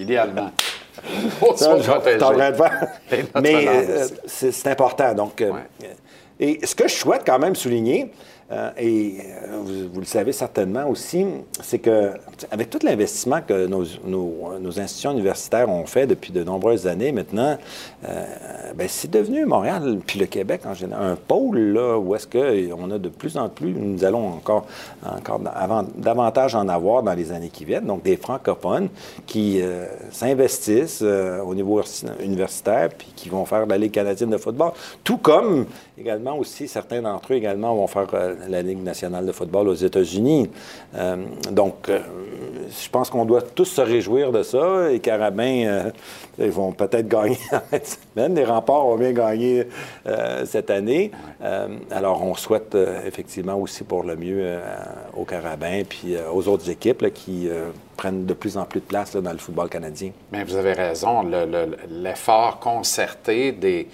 Mais c'est important. Donc, et ce que je souhaite quand même souligner, vous le savez certainement aussi, c'est que avec tout l'investissement que nos institutions universitaires ont fait depuis de nombreuses années maintenant, c'est devenu Montréal, puis le Québec en général, un pôle là, où est-ce qu'on a de plus en plus, nous allons encore davantage en avoir dans les années qui viennent, donc des francophones qui s'investissent au niveau universitaire, puis qui vont faire la Ligue canadienne de football, tout comme également aussi certains d'entre eux également vont faire la Ligue nationale de football aux États-Unis. Donc, je pense qu'on doit tous se réjouir de ça. Et Carabin, ils vont peut-être gagner en fin de semaine. Les Remparts vont bien gagner cette année. Alors, on souhaite effectivement aussi pour le mieux aux Carabins puis aux autres équipes là, qui prennent de plus en plus de place là, dans le football canadien. Mais vous avez raison. L'effort concerté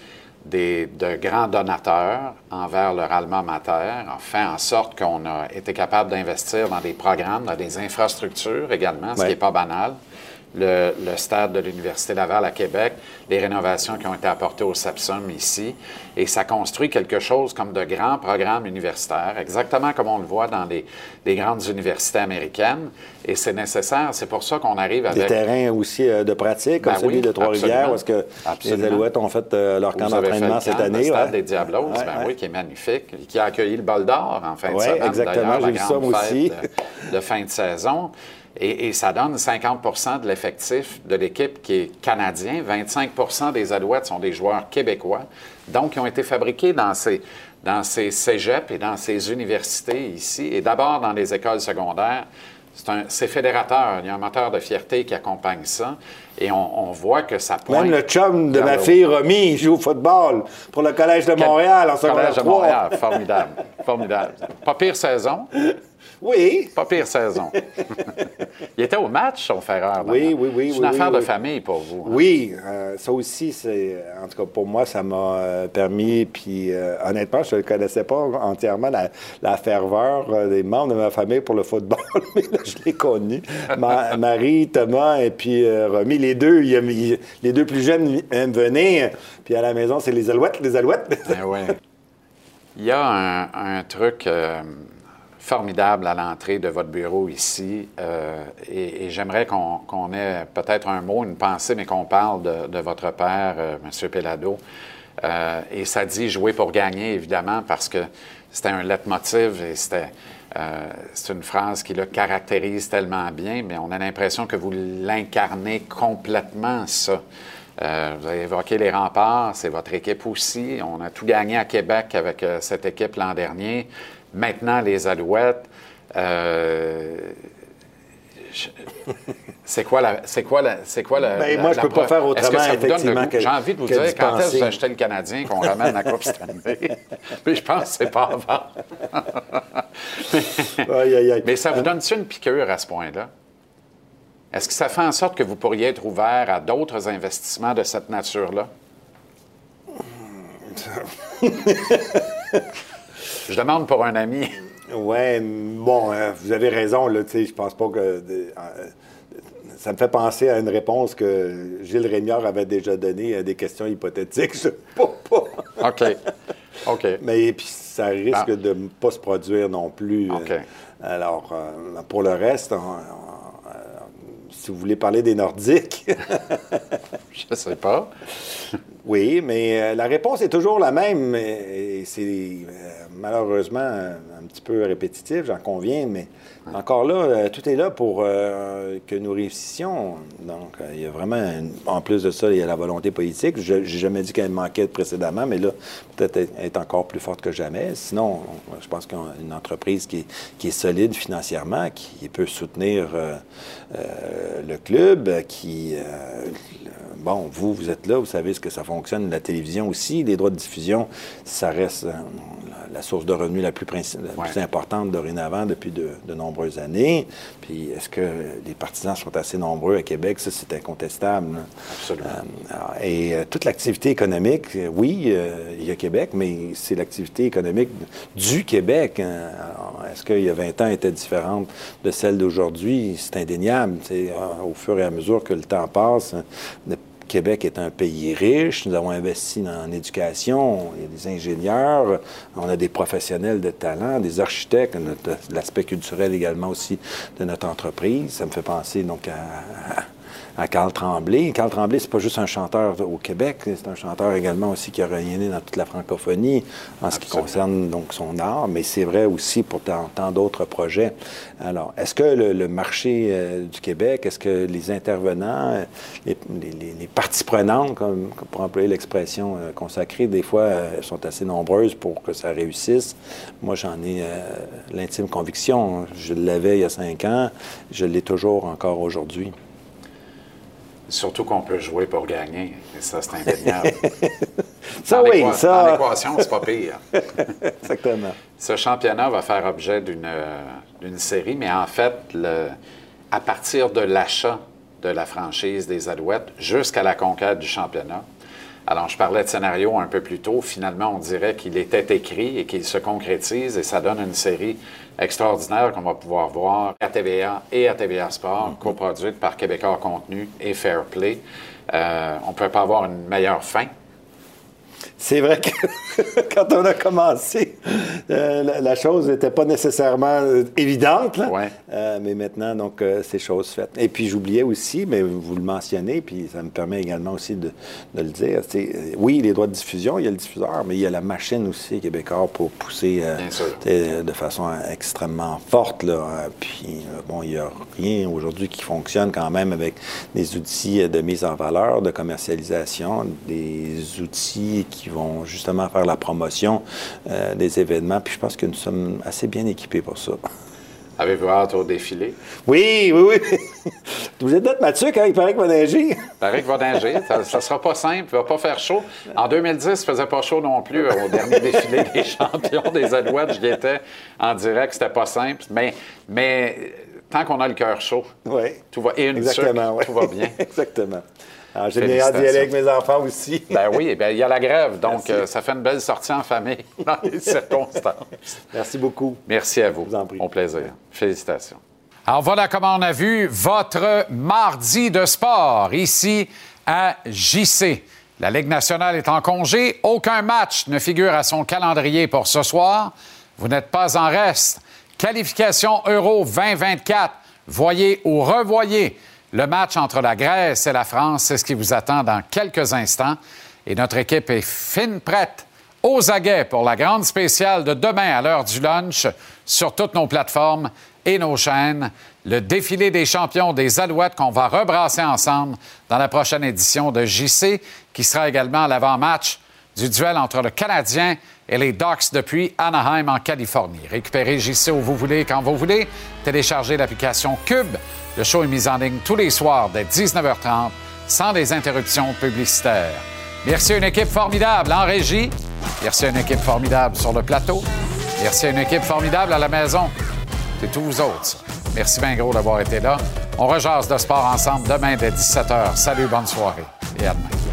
de grands donateurs envers leur alma mater a fait en sorte qu'on a été capable d'investir dans des programmes, dans des infrastructures également, ce qui n'est pas banal. Le stade de l'Université Laval à Québec, les rénovations qui ont été apportées au Sepsum ici, et ça construit quelque chose comme de grands programmes universitaires, exactement comme on le voit dans les grandes universités américaines, et c'est nécessaire, c'est pour ça qu'on arrive avec... Des terrains aussi de pratique, comme celui de Trois-Rivières, où est-ce que les Alouettes ont fait leur camp d'entraînement cette année. Le stade des Diablos, oui, qui est magnifique, qui a accueilli le Bol d'Or en fin de semaine, exactement, j'ai vu ça moi aussi. de fin de saison. Et ça donne 50 de l'effectif de l'équipe qui est canadien. 25 des Alouettes sont des joueurs québécois, donc ils ont été fabriqués dans ces cégeps et dans ces universités ici, et d'abord dans les écoles secondaires. C'est fédérateur. Il y a un moteur de fierté qui accompagne ça. Et on voit que ça pointe... Même le chum de ma fille, Romy, il joue au football pour le Collège de Montréal en secondaire 3. Collège de Montréal, formidable. Formidable. Pas pire saison. Oui. Pas pire saison. Il était au match, son frère. Oui. C'est une affaire de famille pour vous. Hein? Oui, ça aussi, en tout cas pour moi, ça m'a permis, puis honnêtement, je ne connaissais pas entièrement la ferveur des membres de ma famille pour le football, mais là, je l'ai connu. Marie, Thomas et puis Romy, les deux plus jeunes aiment venir, puis à la maison, c'est les Alouettes. Ben oui. Il y a un truc... formidable à l'entrée de votre bureau ici. Et j'aimerais qu'on ait peut-être un mot, une pensée, mais qu'on parle de votre père, M. Pellado. Et ça dit jouer pour gagner, évidemment, parce que c'était un leitmotiv et c'est une phrase qui le caractérise tellement bien, mais on a l'impression que vous l'incarnez complètement, ça. Vous avez évoqué les Remparts, c'est votre équipe aussi. On a tout gagné à Québec avec cette équipe l'an dernier. Maintenant, les Alouettes, c'est quoi la... Ben, moi, je ne peux pas faire autrement, effectivement. J'ai envie de vous dire, quand est-ce que vous achetez le Canadien qu'on ramène la Coupe Stanley? Puis je pense que c'est pas avant. Mais ça vous donne-tu une piqûre à ce point-là? Est-ce que ça fait en sorte que vous pourriez être ouvert à d'autres investissements de cette nature-là? Je demande pour un ami. Oui, bon, vous avez raison, là, tu sais, je pense pas que... ça me fait penser à une réponse que Gilles Régnard avait déjà donnée à des questions hypothétiques. Je sais pas. OK. Mais puis ça risque de ne pas se produire non plus. OK. Alors, pour le reste, si vous voulez parler des Nordiques... Je ne sais pas. Oui, mais la réponse est toujours la même. Et c'est malheureusement un petit peu répétitif, j'en conviens, mais encore là, tout est là pour que nous réussissions. Donc, il y a vraiment, en plus de ça, il y a la volonté politique. Je n'ai jamais dit qu'elle manquait précédemment, mais là, peut-être elle est encore plus forte que jamais. Sinon, je pense qu'on a une entreprise qui est solide financièrement, qui peut soutenir le club, bon, vous êtes là, vous savez ce que ça fonctionne. La télévision aussi, les droits de diffusion, ça reste la source de revenus la plus importante dorénavant depuis de nombreuses années. Puis, est-ce que les partisans sont assez nombreux à Québec? Ça, c'est incontestable. Absolument. Et toute l'activité économique, oui, il y a Québec, mais c'est l'activité économique du Québec. Alors, est-ce qu'il y a 20 ans était différente de celle d'aujourd'hui? C'est indéniable. Au fur et à mesure que le temps passe, Québec est un pays riche. Nous avons investi en éducation. Il y a des ingénieurs. On a des professionnels de talent, des architectes, l'aspect culturel également aussi de notre entreprise. Ça me fait penser donc à Carl Tremblay. Carl Tremblay, c'est pas juste un chanteur au Québec, c'est un chanteur également aussi qui a rayonné dans toute la francophonie en ce qui concerne donc son art, mais c'est vrai aussi pour tant d'autres projets. Alors, est-ce que le marché du Québec, est-ce que les intervenants, les parties prenantes, comme pour employer l'expression consacrée, des fois, sont assez nombreuses pour que ça réussisse? Moi, j'en ai l'intime conviction. Je l'avais il y a 5 ans, je l'ai toujours encore aujourd'hui. Surtout qu'on peut jouer pour gagner. Et ça, c'est indéniable. Ça, oui, ça... Dans l'équation, c'est pas pire. Exactement. Ce championnat va faire objet d'une série, mais en fait, à partir de l'achat de la franchise des Alouettes jusqu'à la conquête du championnat. Alors, je parlais de scénario un peu plus tôt. Finalement, on dirait qu'il était écrit et qu'il se concrétise et ça donne une série extraordinaire qu'on va pouvoir voir à TVA et à TVA Sport, coproduite par Québécois Contenu et Fair Play. On ne peut pas avoir une meilleure fin. C'est vrai que quand on a commencé, la chose n'était pas nécessairement évidente, là. Ouais. Mais maintenant, donc, c'est chose faite. Et puis, j'oubliais aussi, mais vous le mentionnez, puis ça me permet également aussi de le dire, oui, les droits de diffusion, il y a le diffuseur, mais il y a la machine aussi québécoise pour pousser de façon extrêmement forte, là. Puis, bon, il n'y a rien aujourd'hui qui fonctionne quand même avec des outils de mise en valeur, de commercialisation, des outils qui vont justement faire la promotion des événements. Puis je pense que nous sommes assez bien équipés pour ça. Avez-vous hâte au défilé? Oui. Vous êtes notre Mathieu quand il paraît qu'il va neiger. Il paraît qu'il va neiger. Ça ne sera pas simple. Il ne va pas faire chaud. En 2010, il ne faisait pas chaud non plus au dernier défilé des champions des Alouettes. J'y étais en direct. C'était pas simple. Mais tant qu'on a le cœur chaud, tout va, et une sucre, tout va bien. Exactement. Alors, j'ai bien hâte d'y aller avec mes enfants aussi. Ben oui, il y a la grève, donc ça fait une belle sortie en famille dans les circonstances. Merci beaucoup. Merci à vous. Au plaisir. Félicitations. Alors voilà comment on a vu votre mardi de sport ici à JC. La Ligue nationale est en congé. Aucun match ne figure à son calendrier pour ce soir. Vous n'êtes pas en reste. Qualification Euro 2024. Voyez ou revoyez le match entre la Grèce et la France. C'est ce qui vous attend dans quelques instants. Et notre équipe est fine prête, aux aguets pour la grande spéciale de demain à l'heure du lunch sur toutes nos plateformes et nos chaînes. Le défilé des champions des Alouettes qu'on va rebrasser ensemble dans la prochaine édition de JC, qui sera également l'avant-match du duel entre le Canadien et les Ducks depuis Anaheim en Californie. Récupérez JC où vous voulez, quand vous voulez. Téléchargez l'application Cube. Le show est mis en ligne tous les soirs dès 19h30, sans des interruptions publicitaires. Merci à une équipe formidable en régie. Merci à une équipe formidable sur le plateau. Merci à une équipe formidable à la maison. C'est tous vous autres, ça. Merci bien gros d'avoir été là. On rejase de sport ensemble demain dès 17h. Salut, bonne soirée et à demain.